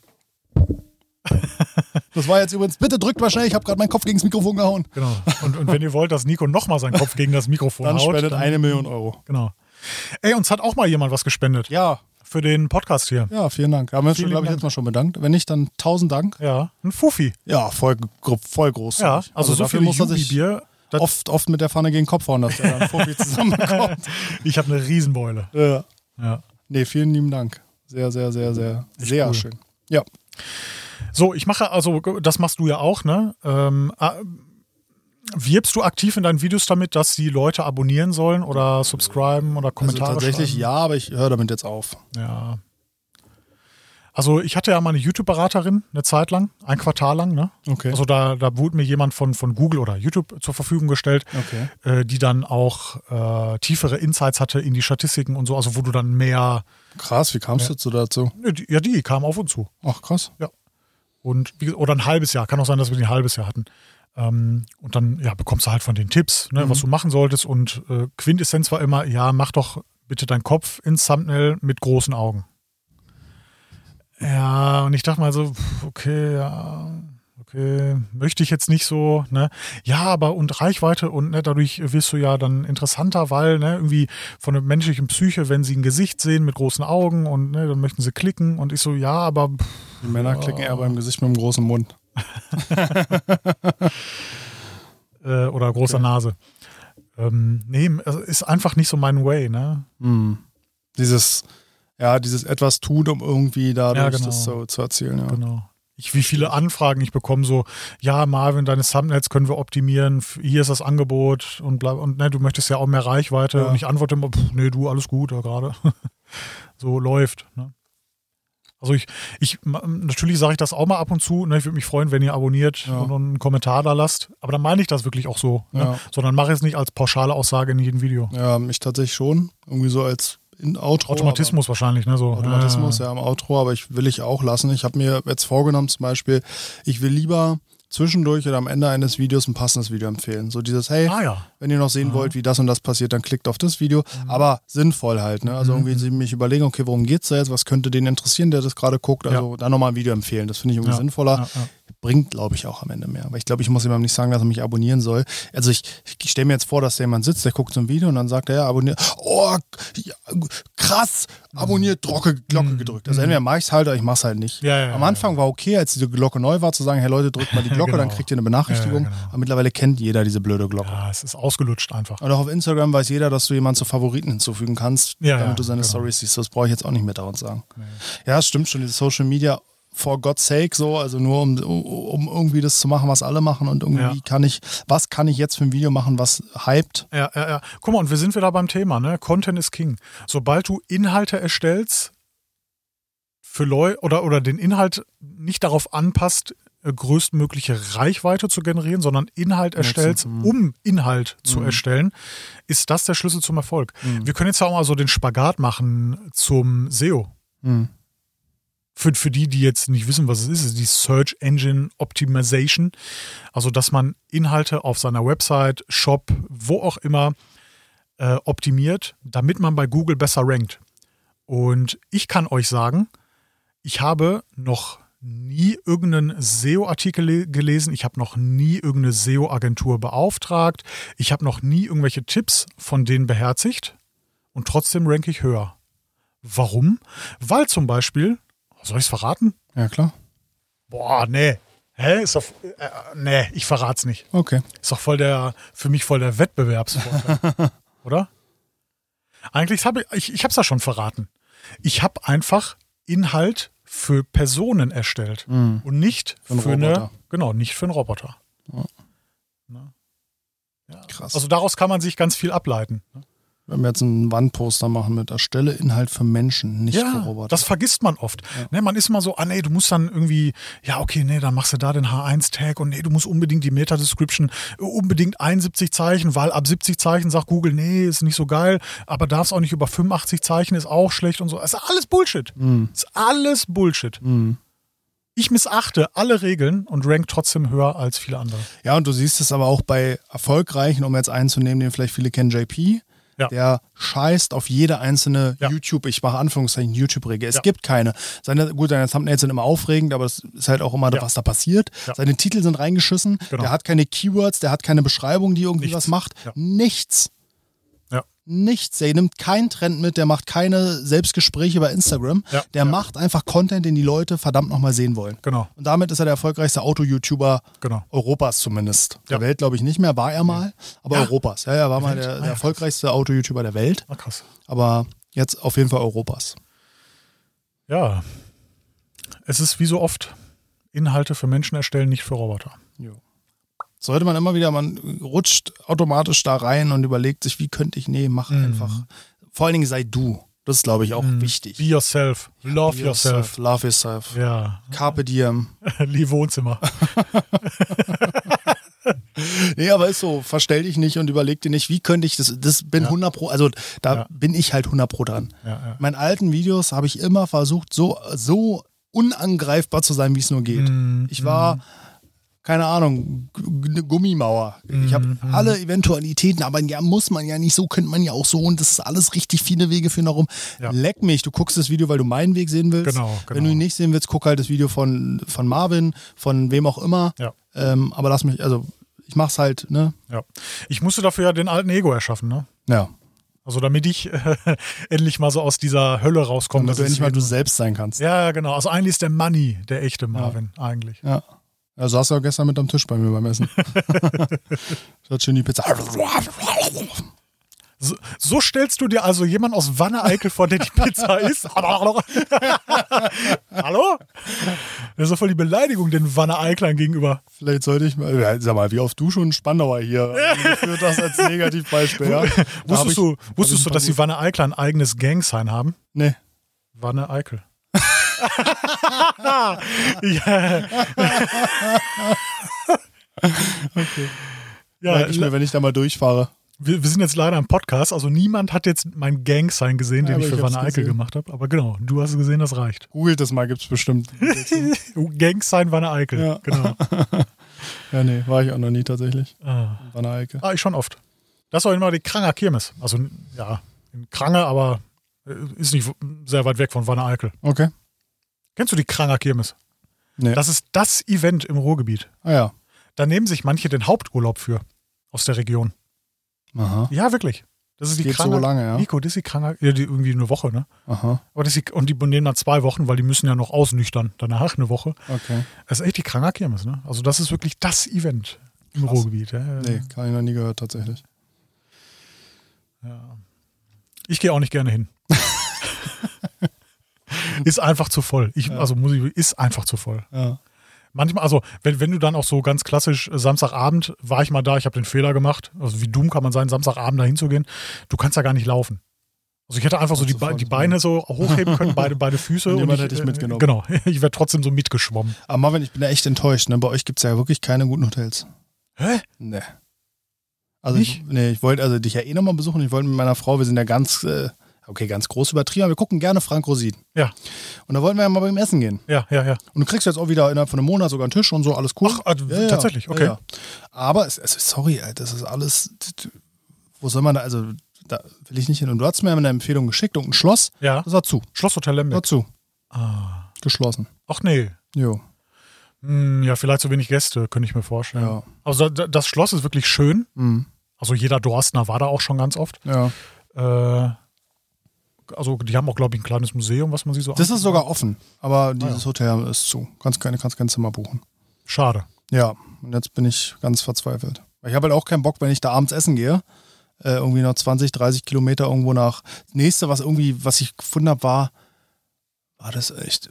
Speaker 2: Das war jetzt übrigens, bitte drückt mal schnell, ich habe gerade meinen Kopf gegen das Mikrofon gehauen.
Speaker 1: Genau. Und wenn ihr wollt, dass Nico nochmal seinen Kopf gegen das Mikrofon
Speaker 2: dann
Speaker 1: haut.
Speaker 2: Spendet 1 Million Euro.
Speaker 1: Genau. Ey, uns hat auch mal jemand was gespendet.
Speaker 2: Ja.
Speaker 1: Für den Podcast hier.
Speaker 2: Ja, vielen Dank. Haben wir uns, glaube ich, jetzt mal schon bedankt. Wenn nicht, dann 1000 Dank.
Speaker 1: Ja, ein Fuffi.
Speaker 2: Ja, voll groß.
Speaker 1: Ja, also so viel muss er sich
Speaker 2: oft mit der Pfanne gegen den Kopf hauen, dass der dann Fuffi zusammenkommt.
Speaker 1: Ich habe eine Riesenbeule.
Speaker 2: Ja. Nee, vielen lieben Dank. Sehr, sehr, sehr, sehr, sehr cool. Schön. Ja.
Speaker 1: So, ich mache, also das machst du ja auch, ne? Wirbst du aktiv in deinen Videos damit, dass die Leute abonnieren sollen oder subscriben oder Kommentare
Speaker 2: tatsächlich
Speaker 1: schreiben?
Speaker 2: Ja, aber ich höre damit jetzt auf.
Speaker 1: Ja. Also ich hatte ja mal eine YouTube-Beraterin eine Zeit lang, ein Quartal lang, ne?
Speaker 2: Okay.
Speaker 1: Also da wurde mir jemand von Google oder YouTube zur Verfügung gestellt, die dann auch tiefere Insights hatte in die Statistiken und so, also wo du dann mehr...
Speaker 2: Krass, wie kamst du dazu?
Speaker 1: Ja, die kamen auf uns zu.
Speaker 2: Ach, krass.
Speaker 1: Ja. Oder ein halbes Jahr, kann auch sein, dass wir die ein halbes Jahr hatten. Und dann bekommst du halt von den Tipps, ne, was du machen solltest. Und Quintessenz war immer, ja, mach doch bitte deinen Kopf ins Thumbnail mit großen Augen. Ja, und ich dachte mal so, okay, okay, möchte ich jetzt nicht so, ne? Ja, aber und Reichweite und ne, dadurch wirst du ja dann interessanter, weil ne, irgendwie von der menschlichen Psyche, wenn sie ein Gesicht sehen mit großen Augen und ne, dann möchten sie klicken und ich so, ja, aber
Speaker 2: Die Männer klicken eher beim Gesicht mit einem großen Mund.
Speaker 1: Oder großer Nase. Nee, es ist einfach nicht so mein Way, ne?
Speaker 2: Dieses etwas tun, um irgendwie dadurch das so zu erzielen. Ja.
Speaker 1: Genau. Wie viele Anfragen ich bekomme, so, ja, Marvin, deine Thumbnails können wir optimieren, hier ist das Angebot und bla, und ne, du möchtest ja auch mehr Reichweite und ich antworte immer, nee, du, alles gut, ja, gerade. So läuft. Ne? Also natürlich sage ich das auch mal ab und zu, ne, ich würde mich freuen, wenn ihr abonniert und einen Kommentar da lasst, aber dann meine ich das wirklich auch so, ne? Sondern mache es nicht als pauschale Aussage in jedem Video. Ja,
Speaker 2: mich tatsächlich schon, irgendwie so als in Outro.
Speaker 1: Automatismus wahrscheinlich, ne? So.
Speaker 2: Automatismus, im Outro, aber will ich auch lassen. Ich habe mir jetzt vorgenommen, zum Beispiel, ich will lieber zwischendurch oder am Ende eines Videos ein passendes Video empfehlen. So dieses, hey, wenn ihr noch sehen wollt, wie das und das passiert, dann klickt auf das Video. Aber sinnvoll halt, ne? Also irgendwie mich überlegen, okay, worum geht's da jetzt? Was könnte den interessieren, der das gerade guckt? Also dann nochmal ein Video empfehlen. Das finde ich irgendwie sinnvoller. Bringt, glaube ich, auch am Ende mehr. Aber ich glaube, ich muss jemandem nicht sagen, dass er mich abonnieren soll. Also ich stelle mir jetzt vor, dass da jemand sitzt, der guckt so ein Video und dann sagt er, ja, abonniert. Oh, ja, krass, abonniert, Glocke gedrückt. Also entweder mache ich es halt oder ich mache es halt nicht. Am Anfang war okay, als diese Glocke neu war, zu sagen, hey Leute, drückt mal die Glocke, dann kriegt ihr eine Benachrichtigung. Aber mittlerweile kennt jeder diese blöde Glocke.
Speaker 1: Ja, es ist ausgelutscht einfach.
Speaker 2: Und auch auf Instagram weiß jeder, dass du jemanden zu Favoriten hinzufügen kannst, damit du seine Storys siehst. Das brauche ich jetzt auch nicht mehr dauernd sagen. Ja, es stimmt schon, diese Social Media for God's sake, so, also nur um irgendwie das zu machen, was alle machen und irgendwie was kann ich jetzt für ein Video machen, was hypt?
Speaker 1: Ja. Guck mal, und wir sind wieder beim Thema, ne? Content is King. Sobald du Inhalte erstellst für Leute oder den Inhalt nicht darauf anpasst, größtmögliche Reichweite zu generieren, sondern Inhalt erstellst, um Inhalt zu erstellen, ist das der Schlüssel zum Erfolg. Wir können jetzt ja auch mal so den Spagat machen zum SEO. Für die jetzt nicht wissen, was es ist die Search Engine Optimization. Also, dass man Inhalte auf seiner Website, Shop, wo auch immer optimiert, damit man bei Google besser rankt. Und ich kann euch sagen, ich habe noch nie irgendeinen SEO-Artikel gelesen, ich habe noch nie irgendeine SEO-Agentur beauftragt, ich habe noch nie irgendwelche Tipps von denen beherzigt und trotzdem ranke ich höher. Warum? Weil zum Beispiel, soll ich es verraten?
Speaker 2: Ja, klar.
Speaker 1: Boah, nee. Ist doch, nee, ich verrat's nicht.
Speaker 2: Okay.
Speaker 1: Ist doch für mich voll der Wettbewerbsvorteil. Oder? Eigentlich habe ich hab's ja schon verraten. Ich habe einfach Inhalt für Personen erstellt und nicht für nicht für einen Roboter. Ja. Krass. Also daraus kann man sich ganz viel ableiten.
Speaker 2: Wenn wir jetzt einen Wandposter machen mit erstelle Inhalt für Menschen, nicht für Roboter.
Speaker 1: Das vergisst man oft. Ja. Ne, man ist immer so, du musst dann irgendwie, dann machst du da den H1-Tag und du musst unbedingt die Meta-Description, unbedingt 71 Zeichen, weil ab 70 Zeichen sagt Google, ist nicht so geil, aber darfst auch nicht über 85 Zeichen, ist auch schlecht und so. Das ist alles Bullshit. Das ist alles Bullshit. Ich missachte alle Regeln und rank trotzdem höher als viele andere.
Speaker 2: Ja, und du siehst es aber auch bei Erfolgreichen, um jetzt einzunehmen, den vielleicht viele kennen, JP. Der scheißt auf jede einzelne ich mache Anführungszeichen YouTube-Regel. Es gibt keine. Seine Thumbnails sind immer aufregend, aber es ist halt auch immer, was da passiert. Seine Titel sind reingeschissen. Genau. Der hat keine Keywords, der hat keine Beschreibung, die irgendwie was macht. Nichts. Nichts. Der nimmt keinen Trend mit, der macht keine Selbstgespräche bei Instagram. Der macht einfach Content, den die Leute verdammt nochmal sehen wollen.
Speaker 1: Genau.
Speaker 2: Und damit ist er der erfolgreichste Auto-YouTuber Europas zumindest. Der Welt glaube ich nicht mehr, war er mal, aber Europas. Ja, er war mal der erfolgreichste Auto-YouTuber der Welt.
Speaker 1: Krass.
Speaker 2: Aber jetzt auf jeden Fall Europas.
Speaker 1: Ja. Es ist wie so oft, Inhalte für Menschen erstellen, nicht für Roboter.
Speaker 2: Jo. Sollte man immer wieder, man rutscht automatisch da rein und überlegt sich, wie könnte ich, mach einfach. Vor allen Dingen sei du. Das ist, glaube ich, auch wichtig.
Speaker 1: Be yourself. Love yourself.
Speaker 2: Love yourself.
Speaker 1: Ja.
Speaker 2: Carpe diem.
Speaker 1: Liebe Wohnzimmer.
Speaker 2: Aber ist so, verstell dich nicht und überleg dir nicht, wie könnte ich das bin 100%, also da bin ich halt 100% dran. In meinen alten Videos habe ich immer versucht, so unangreifbar zu sein, wie es nur geht. Ich war keine Ahnung, eine Gummimauer. Ich habe alle Eventualitäten, aber ja, muss man ja nicht so, könnte man ja auch so und das ist alles richtig, viele Wege führen darum. Ja. Leck mich, du guckst das Video, weil du meinen Weg sehen willst.
Speaker 1: Genau.
Speaker 2: Wenn du ihn nicht sehen willst, guck halt das Video von Marvin, von wem auch immer.
Speaker 1: Ja.
Speaker 2: Aber lass mich, also ich mach's halt, ne?
Speaker 1: Ja. Ich musste dafür ja den alten Ego erschaffen, ne?
Speaker 2: Ja.
Speaker 1: Also damit ich endlich mal so aus dieser Hölle rauskomme.
Speaker 2: Damit du endlich mal du selbst sein kannst.
Speaker 1: Ja, genau. Also eigentlich ist der Money der echte Marvin, eigentlich.
Speaker 2: Ja. Er saß ja gestern mit am Tisch bei mir beim Essen. Hat schön die Pizza.
Speaker 1: So stellst du dir also jemanden aus Wanne-Eickel vor, der die Pizza isst? Hallo? Das ist doch voll die Beleidigung den Wanne-Eicklern gegenüber.
Speaker 2: Vielleicht sollte ich mal, sag mal, wie oft du schon Spandauer hier geführt hast als Negativbeispiel. Ja?
Speaker 1: Wusstest du, dass die Wanne-Eikler ein eigenes Gang-Sign haben?
Speaker 2: Nee.
Speaker 1: Wanne-Eickel. Ja.
Speaker 2: Okay.
Speaker 1: Ja,
Speaker 2: merke ich mir, wenn ich da mal durchfahre.
Speaker 1: Wir sind jetzt leider im Podcast, also niemand hat jetzt mein Gang-Sign gesehen, den ich für Wanne-Eickel gemacht habe. Aber genau, du hast es gesehen, das reicht.
Speaker 2: Googelt das mal, gibt's bestimmt.
Speaker 1: Gang-Sign Wanne-Eickel,
Speaker 2: ja.
Speaker 1: Genau.
Speaker 2: Ja, nee, war ich auch noch nie tatsächlich. Wanne-Eickel.
Speaker 1: Ich schon oft. Das war immer die Kranger Kirmes. Also, ja, in Krange, aber ist nicht sehr weit weg von Wanne-Eickel.
Speaker 2: Okay.
Speaker 1: Kennst du die Kranger Kirmes?
Speaker 2: Nee.
Speaker 1: Das ist das Event im Ruhrgebiet.
Speaker 2: Ah ja.
Speaker 1: Da nehmen sich manche den Haupturlaub für aus der Region.
Speaker 2: Aha.
Speaker 1: Ja, wirklich. Das ist die
Speaker 2: Geht
Speaker 1: Kranger.
Speaker 2: so lange, ja.
Speaker 1: Nico, das ist die Kranger. Ja, die irgendwie eine Woche, ne?
Speaker 2: Aha.
Speaker 1: Aber und die nehmen dann 2 Wochen, weil die müssen ja noch ausnüchtern. Danach eine Woche.
Speaker 2: Okay.
Speaker 1: Das ist echt die Kranger Kirmes, ne? Also das ist wirklich das Event im Ruhrgebiet. Ja.
Speaker 2: Nee, kann ich noch nie gehört, tatsächlich.
Speaker 1: Ja. Ich gehe auch nicht gerne hin. Ist einfach zu voll. Ist einfach zu voll.
Speaker 2: Ja.
Speaker 1: Manchmal, also wenn du dann auch so ganz klassisch Samstagabend war ich mal da, ich habe den Fehler gemacht, also wie dumm kann man sein, Samstagabend da hinzugehen, du kannst ja gar nicht laufen. Also ich hätte einfach so die Beine so hochheben können, beide Füße.
Speaker 2: Und hätte ich mitgenommen.
Speaker 1: Genau, ich wäre trotzdem so mitgeschwommen.
Speaker 2: Aber Marvin, ich bin da echt enttäuscht, ne? Bei euch gibt es ja wirklich keine guten Hotels.
Speaker 1: Hä?
Speaker 2: Nee. Also
Speaker 1: nicht?
Speaker 2: Ich wollte also dich ja eh nochmal besuchen, ich wollte mit meiner Frau, wir sind ja ganz groß übertrieben, aber wir gucken gerne Frank Rosin.
Speaker 1: Ja.
Speaker 2: Und da wollten wir ja mal beim Essen gehen.
Speaker 1: Ja.
Speaker 2: Und du kriegst jetzt auch wieder innerhalb von einem Monat sogar einen Tisch und so, alles cool.
Speaker 1: Ach, tatsächlich, okay.
Speaker 2: Ja. Aber, sorry, das ist alles, wo soll man da, also da will ich nicht hin. Und du hast mir eine Empfehlung geschickt und ein Schloss,
Speaker 1: ja.
Speaker 2: Das war zu.
Speaker 1: Schlosshotel Lembeck.
Speaker 2: War zu.
Speaker 1: Ah.
Speaker 2: Geschlossen.
Speaker 1: Ach nee.
Speaker 2: Jo.
Speaker 1: Ja, vielleicht so wenig Gäste, könnte ich mir vorstellen.
Speaker 2: Ja.
Speaker 1: Also das Schloss ist wirklich schön.
Speaker 2: Mhm.
Speaker 1: Also jeder Dorstner war da auch schon ganz oft.
Speaker 2: Ja.
Speaker 1: Also die haben auch, glaube ich, ein kleines Museum, was man sich so
Speaker 2: Das ist sogar offen, aber dieses Hotel ist zu. Kannst kein Zimmer buchen.
Speaker 1: Schade.
Speaker 2: Ja, und jetzt bin ich ganz verzweifelt. Ich habe halt auch keinen Bock, wenn ich da abends essen gehe, irgendwie noch 20, 30 Kilometer irgendwo nach. Das nächste, was ich gefunden habe, war das echt,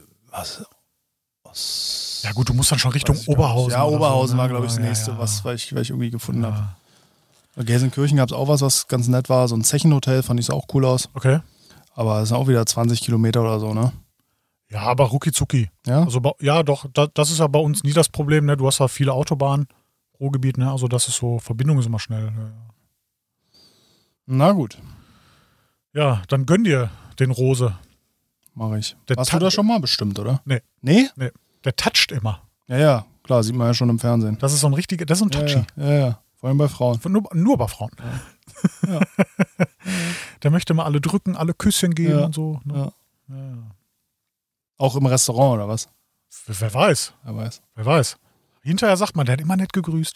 Speaker 1: ja gut, du musst dann schon Richtung Oberhausen.
Speaker 2: Ja, Oberhausen
Speaker 1: so,
Speaker 2: war, glaube ich, das nächste, was ich irgendwie gefunden habe. Bei Gelsenkirchen gab es auch was ganz nett war. So ein Zechenhotel, fand ich auch cool aus.
Speaker 1: Okay.
Speaker 2: Aber es sind auch wieder 20 Kilometer oder so, ne?
Speaker 1: Ja, aber rucki-zucki.
Speaker 2: Ja?
Speaker 1: Also, ja, doch, das ist ja bei uns nie das Problem, ne? Du hast ja viele Autobahnen, Ruhrgebiet, ne? Also das ist so, Verbindung ist immer schnell. Ja.
Speaker 2: Na gut.
Speaker 1: Ja, dann gönn dir den Rose.
Speaker 2: Mach ich. Hast du das schon mal bestimmt, oder?
Speaker 1: Nee.
Speaker 2: Nee?
Speaker 1: Nee. Der toucht immer.
Speaker 2: Ja, klar, sieht man ja schon im Fernsehen.
Speaker 1: Das ist so ein richtiger, das ist ein Touchy.
Speaker 2: Ja. Vor allem bei Frauen.
Speaker 1: Nur bei Frauen.
Speaker 2: Ja.
Speaker 1: Der möchte mal alle drücken, alle Küsschen geben und so. Ne?
Speaker 2: Ja. Auch im Restaurant, oder was?
Speaker 1: Wer weiß. Wer weiß. Hinterher sagt man, der hat immer nett gegrüßt.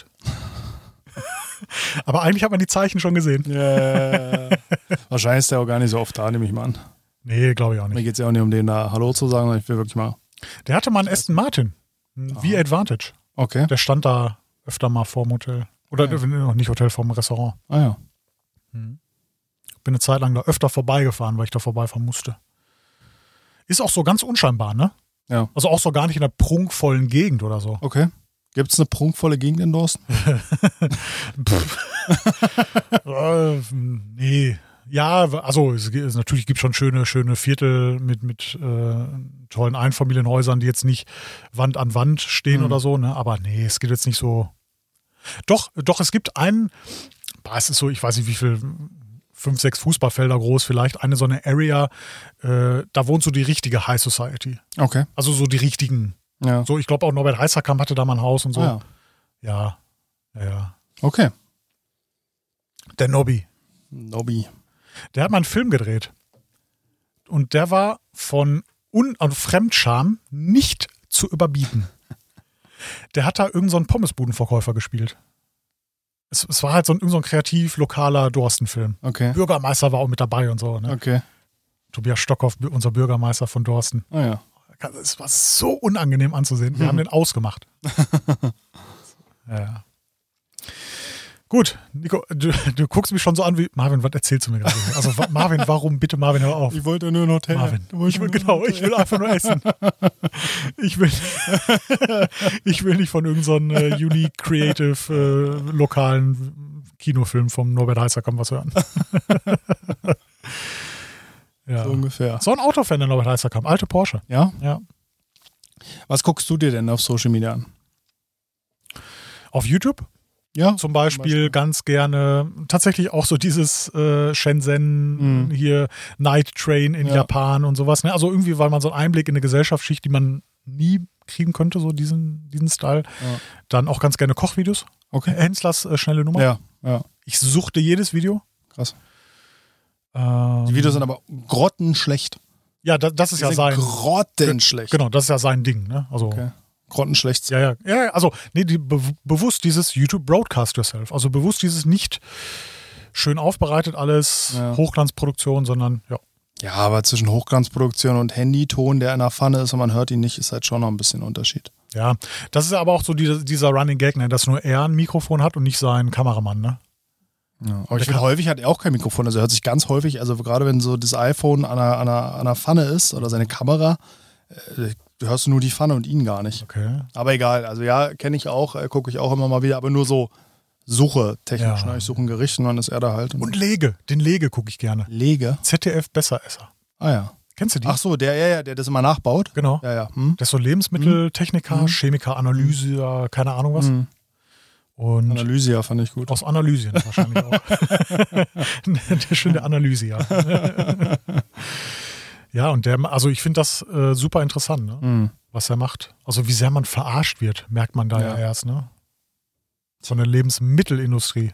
Speaker 1: Aber eigentlich hat man die Zeichen schon gesehen.
Speaker 2: Ja. Wahrscheinlich ist der auch gar nicht so oft da, nehme ich mal an.
Speaker 1: Nee, glaube ich auch nicht.
Speaker 2: Mir geht es ja auch nicht um den da Hallo zu sagen, sondern ich will wirklich mal. Der
Speaker 1: hatte mal einen Aston Martin. V-Advantage.
Speaker 2: Okay.
Speaker 1: Der stand da öfter mal vorm Hotel. Oder nicht Hotel, vorm Restaurant.
Speaker 2: Ah ja.
Speaker 1: Bin eine Zeit lang da öfter vorbeigefahren, weil ich da vorbeifahren musste. Ist auch so ganz unscheinbar, ne?
Speaker 2: Ja.
Speaker 1: Also auch so gar nicht in einer prunkvollen Gegend oder so.
Speaker 2: Okay. Gibt es eine prunkvolle Gegend in Dorsten?
Speaker 1: Nee. Ja, also natürlich gibt es schon schöne Viertel mit tollen Einfamilienhäusern, die jetzt nicht Wand an Wand stehen oder so, ne? Aber nee, es gibt jetzt nicht so. Doch, es gibt einen, es ist so, ich weiß nicht wie viel, 5, 6 Fußballfelder groß vielleicht, eine so eine Area, da wohnt so die richtige High Society.
Speaker 2: Okay.
Speaker 1: Also so die richtigen.
Speaker 2: Ja.
Speaker 1: So, ich glaube auch Norbert Heißerkamp hatte da mal ein Haus und so.
Speaker 2: Ah, ja.
Speaker 1: Ja.
Speaker 2: Okay.
Speaker 1: Der Nobby.
Speaker 2: Nobby.
Speaker 1: Der hat mal einen Film gedreht. Und der war von Fremdscham nicht zu überbieten. Der hat da irgendeinen so Pommesbudenverkäufer gespielt. Es war halt irgend so ein kreativ lokaler Dorsten-Film.
Speaker 2: Okay.
Speaker 1: Bürgermeister war auch mit dabei und so. Ne?
Speaker 2: Okay.
Speaker 1: Tobias Stockhoff, unser Bürgermeister von Dorsten.
Speaker 2: Ah ja.
Speaker 1: Es war so unangenehm anzusehen. Wir haben den ausgemacht. Ja. Gut, Nico, du guckst mich schon so an wie, Marvin, was erzählst du mir gerade? Also Marvin, warum bitte Marvin, hör auf.
Speaker 2: Ich wollte nur noch
Speaker 1: Marvin, ich will einfach nur essen. Ich will nicht von irgendeinem unique, creative, lokalen Kinofilm vom Norbert Heißerkamp was hören. Ja.
Speaker 2: So ungefähr.
Speaker 1: So ein Autofan, der Norbert Heißerkamp, alte Porsche.
Speaker 2: Ja?
Speaker 1: Ja.
Speaker 2: Was guckst du dir denn auf Social Media an?
Speaker 1: Auf YouTube?
Speaker 2: Ja.
Speaker 1: Zum Beispiel ganz gerne, tatsächlich auch so dieses Shenzhen, hier Night Train in Japan und sowas. Ne? Also irgendwie, weil man so einen Einblick in eine Gesellschaftsschicht, die man nie kriegen könnte, so diesen Style. Ja. Dann auch ganz gerne Kochvideos.
Speaker 2: Okay.
Speaker 1: Henslers schnelle Nummer.
Speaker 2: Ja.
Speaker 1: Ich suchte jedes Video.
Speaker 2: Krass. Die Videos sind aber grottenschlecht.
Speaker 1: Ja, das ist ja sein.
Speaker 2: Grottenschlecht.
Speaker 1: Genau, das ist ja sein Ding. Ne? Also,
Speaker 2: okay. Grottenschlecht.
Speaker 1: Ja, also, nee, bewusst dieses YouTube Broadcast Yourself. Also bewusst dieses nicht schön aufbereitet alles, Hochglanzproduktion, sondern
Speaker 2: Ja, aber zwischen Hochglanzproduktion und Handyton, der in der Pfanne ist und man hört ihn nicht, ist halt schon noch ein bisschen Unterschied.
Speaker 1: Ja, das ist aber auch so dieser Running Gag, ne, dass nur er ein Mikrofon hat und nicht sein Kameramann, ne?
Speaker 2: Ja, aber ich finde, häufig hat er auch kein Mikrofon. Also er hört sich ganz häufig, also gerade wenn so das iPhone an einer Pfanne ist oder seine Kamera, du hörst nur die Pfanne und ihn gar nicht.
Speaker 1: Okay.
Speaker 2: Aber egal, also ja, kenne ich auch, gucke ich auch immer mal wieder, aber nur so Suche technisch. Ja. Ne? Ich suche ein Gericht und dann ist er da halt.
Speaker 1: Und den Lege gucke ich gerne.
Speaker 2: Lege?
Speaker 1: ZDF Besseresser.
Speaker 2: Ah ja.
Speaker 1: Kennst du die?
Speaker 2: Ach so, der das immer nachbaut?
Speaker 1: Genau.
Speaker 2: Ja.
Speaker 1: Der ist so Lebensmitteltechniker, Chemiker, Analyse, keine Ahnung was. Und
Speaker 2: Analysia fand ich gut.
Speaker 1: Aus Analysien wahrscheinlich auch. Der schöne Analysia. Ja, und also ich finde das super interessant, ne? Was er macht. Also wie sehr man verarscht wird, merkt man da ja erst, ne? Von der Lebensmittelindustrie.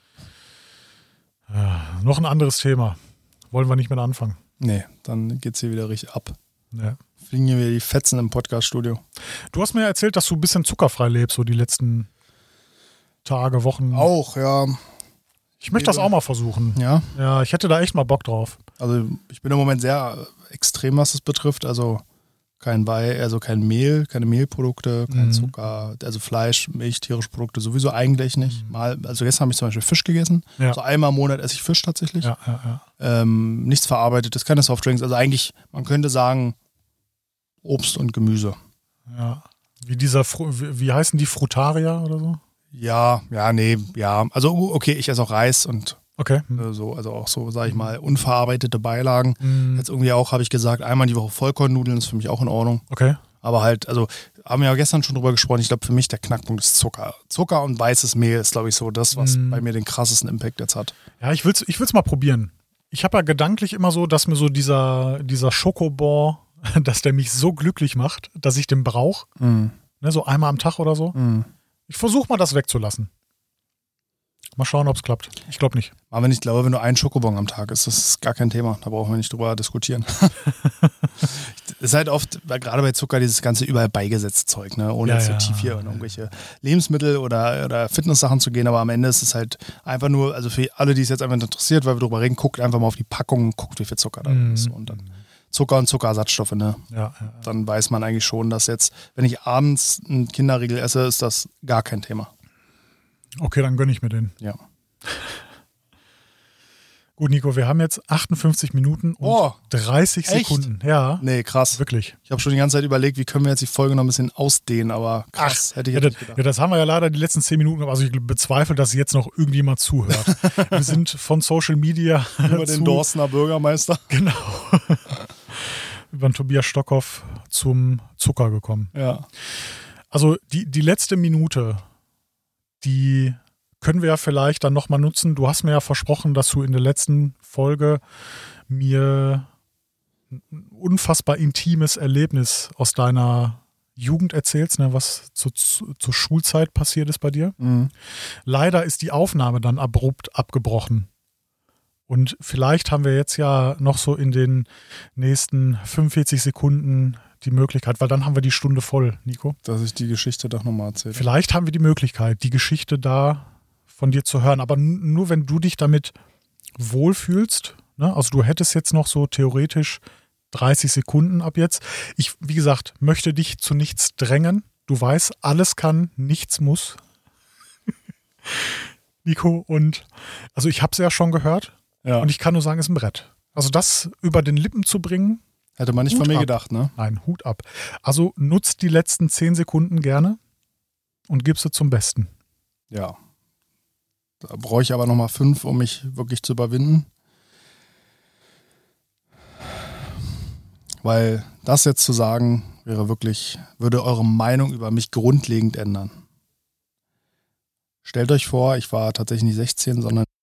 Speaker 1: Noch ein anderes Thema. Wollen wir nicht mit anfangen.
Speaker 2: Nee, dann geht's hier wieder richtig ab.
Speaker 1: Ja.
Speaker 2: Fliegen hier wieder die Fetzen im Podcast-Studio.
Speaker 1: Du hast mir erzählt, dass du ein bisschen zuckerfrei lebst, so die letzten Tage, Wochen.
Speaker 2: Auch, ja.
Speaker 1: Ich möchte das auch mal versuchen.
Speaker 2: Ja?
Speaker 1: Ja, ich hätte da echt mal Bock drauf.
Speaker 2: Also ich bin im Moment sehr extrem, was das betrifft. Also kein Mehl, keine Mehlprodukte, kein Zucker, also Fleisch, Milch, tierische Produkte sowieso eigentlich nicht. Also gestern habe ich zum Beispiel Fisch gegessen. Ja. So einmal im Monat esse ich Fisch tatsächlich.
Speaker 1: Ja.
Speaker 2: Nichts Verarbeitetes, keine Softdrinks. Also eigentlich, man könnte sagen, Obst und Gemüse.
Speaker 1: Ja. Wie heißen die, Frutarier oder so?
Speaker 2: Ja. Also okay, ich esse auch Reis und
Speaker 1: okay.
Speaker 2: So, also auch so, sage ich mal, unverarbeitete Beilagen. Jetzt irgendwie auch, habe ich gesagt, einmal die Woche Vollkornnudeln ist für mich auch in Ordnung.
Speaker 1: Okay.
Speaker 2: Aber halt, also haben wir ja gestern schon drüber gesprochen, ich glaube für mich der Knackpunkt ist Zucker. Zucker und weißes Mehl ist, glaube ich, so das, was bei mir den krassesten Impact jetzt hat. Ja,
Speaker 1: ich will's mal probieren. Ich habe ja gedanklich immer so, dass mir so dieser Schokobon, dass der mich so glücklich macht, dass ich den brauche. Ne, so einmal am Tag oder so. Ich versuche mal, das wegzulassen. Mal schauen, ob es klappt. Ich glaube nicht.
Speaker 2: Aber ich glaube, wenn du einen Schokobon am Tag isst, das ist gar kein Thema. Da brauchen wir nicht drüber diskutieren. Es ist halt oft, gerade bei Zucker, dieses ganze überall beigesetzte Zeug, ne? Ohne jetzt so tief hier in irgendwelche Lebensmittel oder Fitnesssachen zu gehen. Aber am Ende ist es halt einfach nur, also für alle, die es jetzt einfach interessiert, weil wir drüber reden, guckt einfach mal auf die Packung und guckt, wie viel Zucker da ist. Und dann Zucker und Zuckerersatzstoffe, ne? Ja. Dann weiß man eigentlich schon, dass jetzt, wenn ich abends einen Kinderriegel esse, ist das gar kein Thema.
Speaker 1: Okay, dann gönne ich mir den.
Speaker 2: Ja.
Speaker 1: Gut, Nico, wir haben jetzt 58 Minuten und 30 Sekunden.
Speaker 2: Echt?
Speaker 1: Ja.
Speaker 2: Nee, krass.
Speaker 1: Wirklich.
Speaker 2: Ich habe schon die ganze Zeit überlegt, wie können wir jetzt die Folge noch ein bisschen ausdehnen, aber krass, hätte ich jetzt nicht gedacht.
Speaker 1: Ja, das haben wir ja leider die letzten 10 Minuten, also ich bezweifle, dass jetzt noch irgendjemand zuhört. Wir sind von Social Media
Speaker 2: über den Dorstener Bürgermeister.
Speaker 1: Genau. Über den Tobias Stockhoff zum Zucker gekommen.
Speaker 2: Ja.
Speaker 1: Also die letzte Minute, die können wir ja vielleicht dann nochmal nutzen. Du hast mir ja versprochen, dass du in der letzten Folge mir ein unfassbar intimes Erlebnis aus deiner Jugend erzählst, ne, was zur Schulzeit passiert ist bei dir.
Speaker 2: Mhm.
Speaker 1: Leider ist die Aufnahme dann abrupt abgebrochen. Und vielleicht haben wir jetzt ja noch so in den nächsten 45 Sekunden die Möglichkeit, weil dann haben wir die Stunde voll, Nico.
Speaker 2: Dass ich die Geschichte doch nochmal erzähle.
Speaker 1: Vielleicht haben wir die Möglichkeit, die Geschichte da von dir zu hören, aber nur wenn du dich damit wohlfühlst. Ne? Also du hättest jetzt noch so theoretisch 30 Sekunden ab jetzt. Ich, wie gesagt, möchte dich zu nichts drängen. Du weißt, alles kann, nichts muss. Nico, und also ich habe es ja schon gehört.
Speaker 2: Ja.
Speaker 1: Und ich kann nur sagen, es ist ein Brett. Also das über den Lippen zu bringen.
Speaker 2: Hätte man nicht
Speaker 1: Hut
Speaker 2: von mir
Speaker 1: ab.
Speaker 2: gedacht, ne?
Speaker 1: Nein, Hut ab. Also nutzt die letzten 10 Sekunden gerne und gib sie zum Besten.
Speaker 2: Ja. Da brauche ich aber nochmal 5, um mich wirklich zu überwinden. Weil das jetzt zu sagen, würde eure Meinung über mich grundlegend ändern. Stellt euch vor, ich war tatsächlich nicht 16, sondern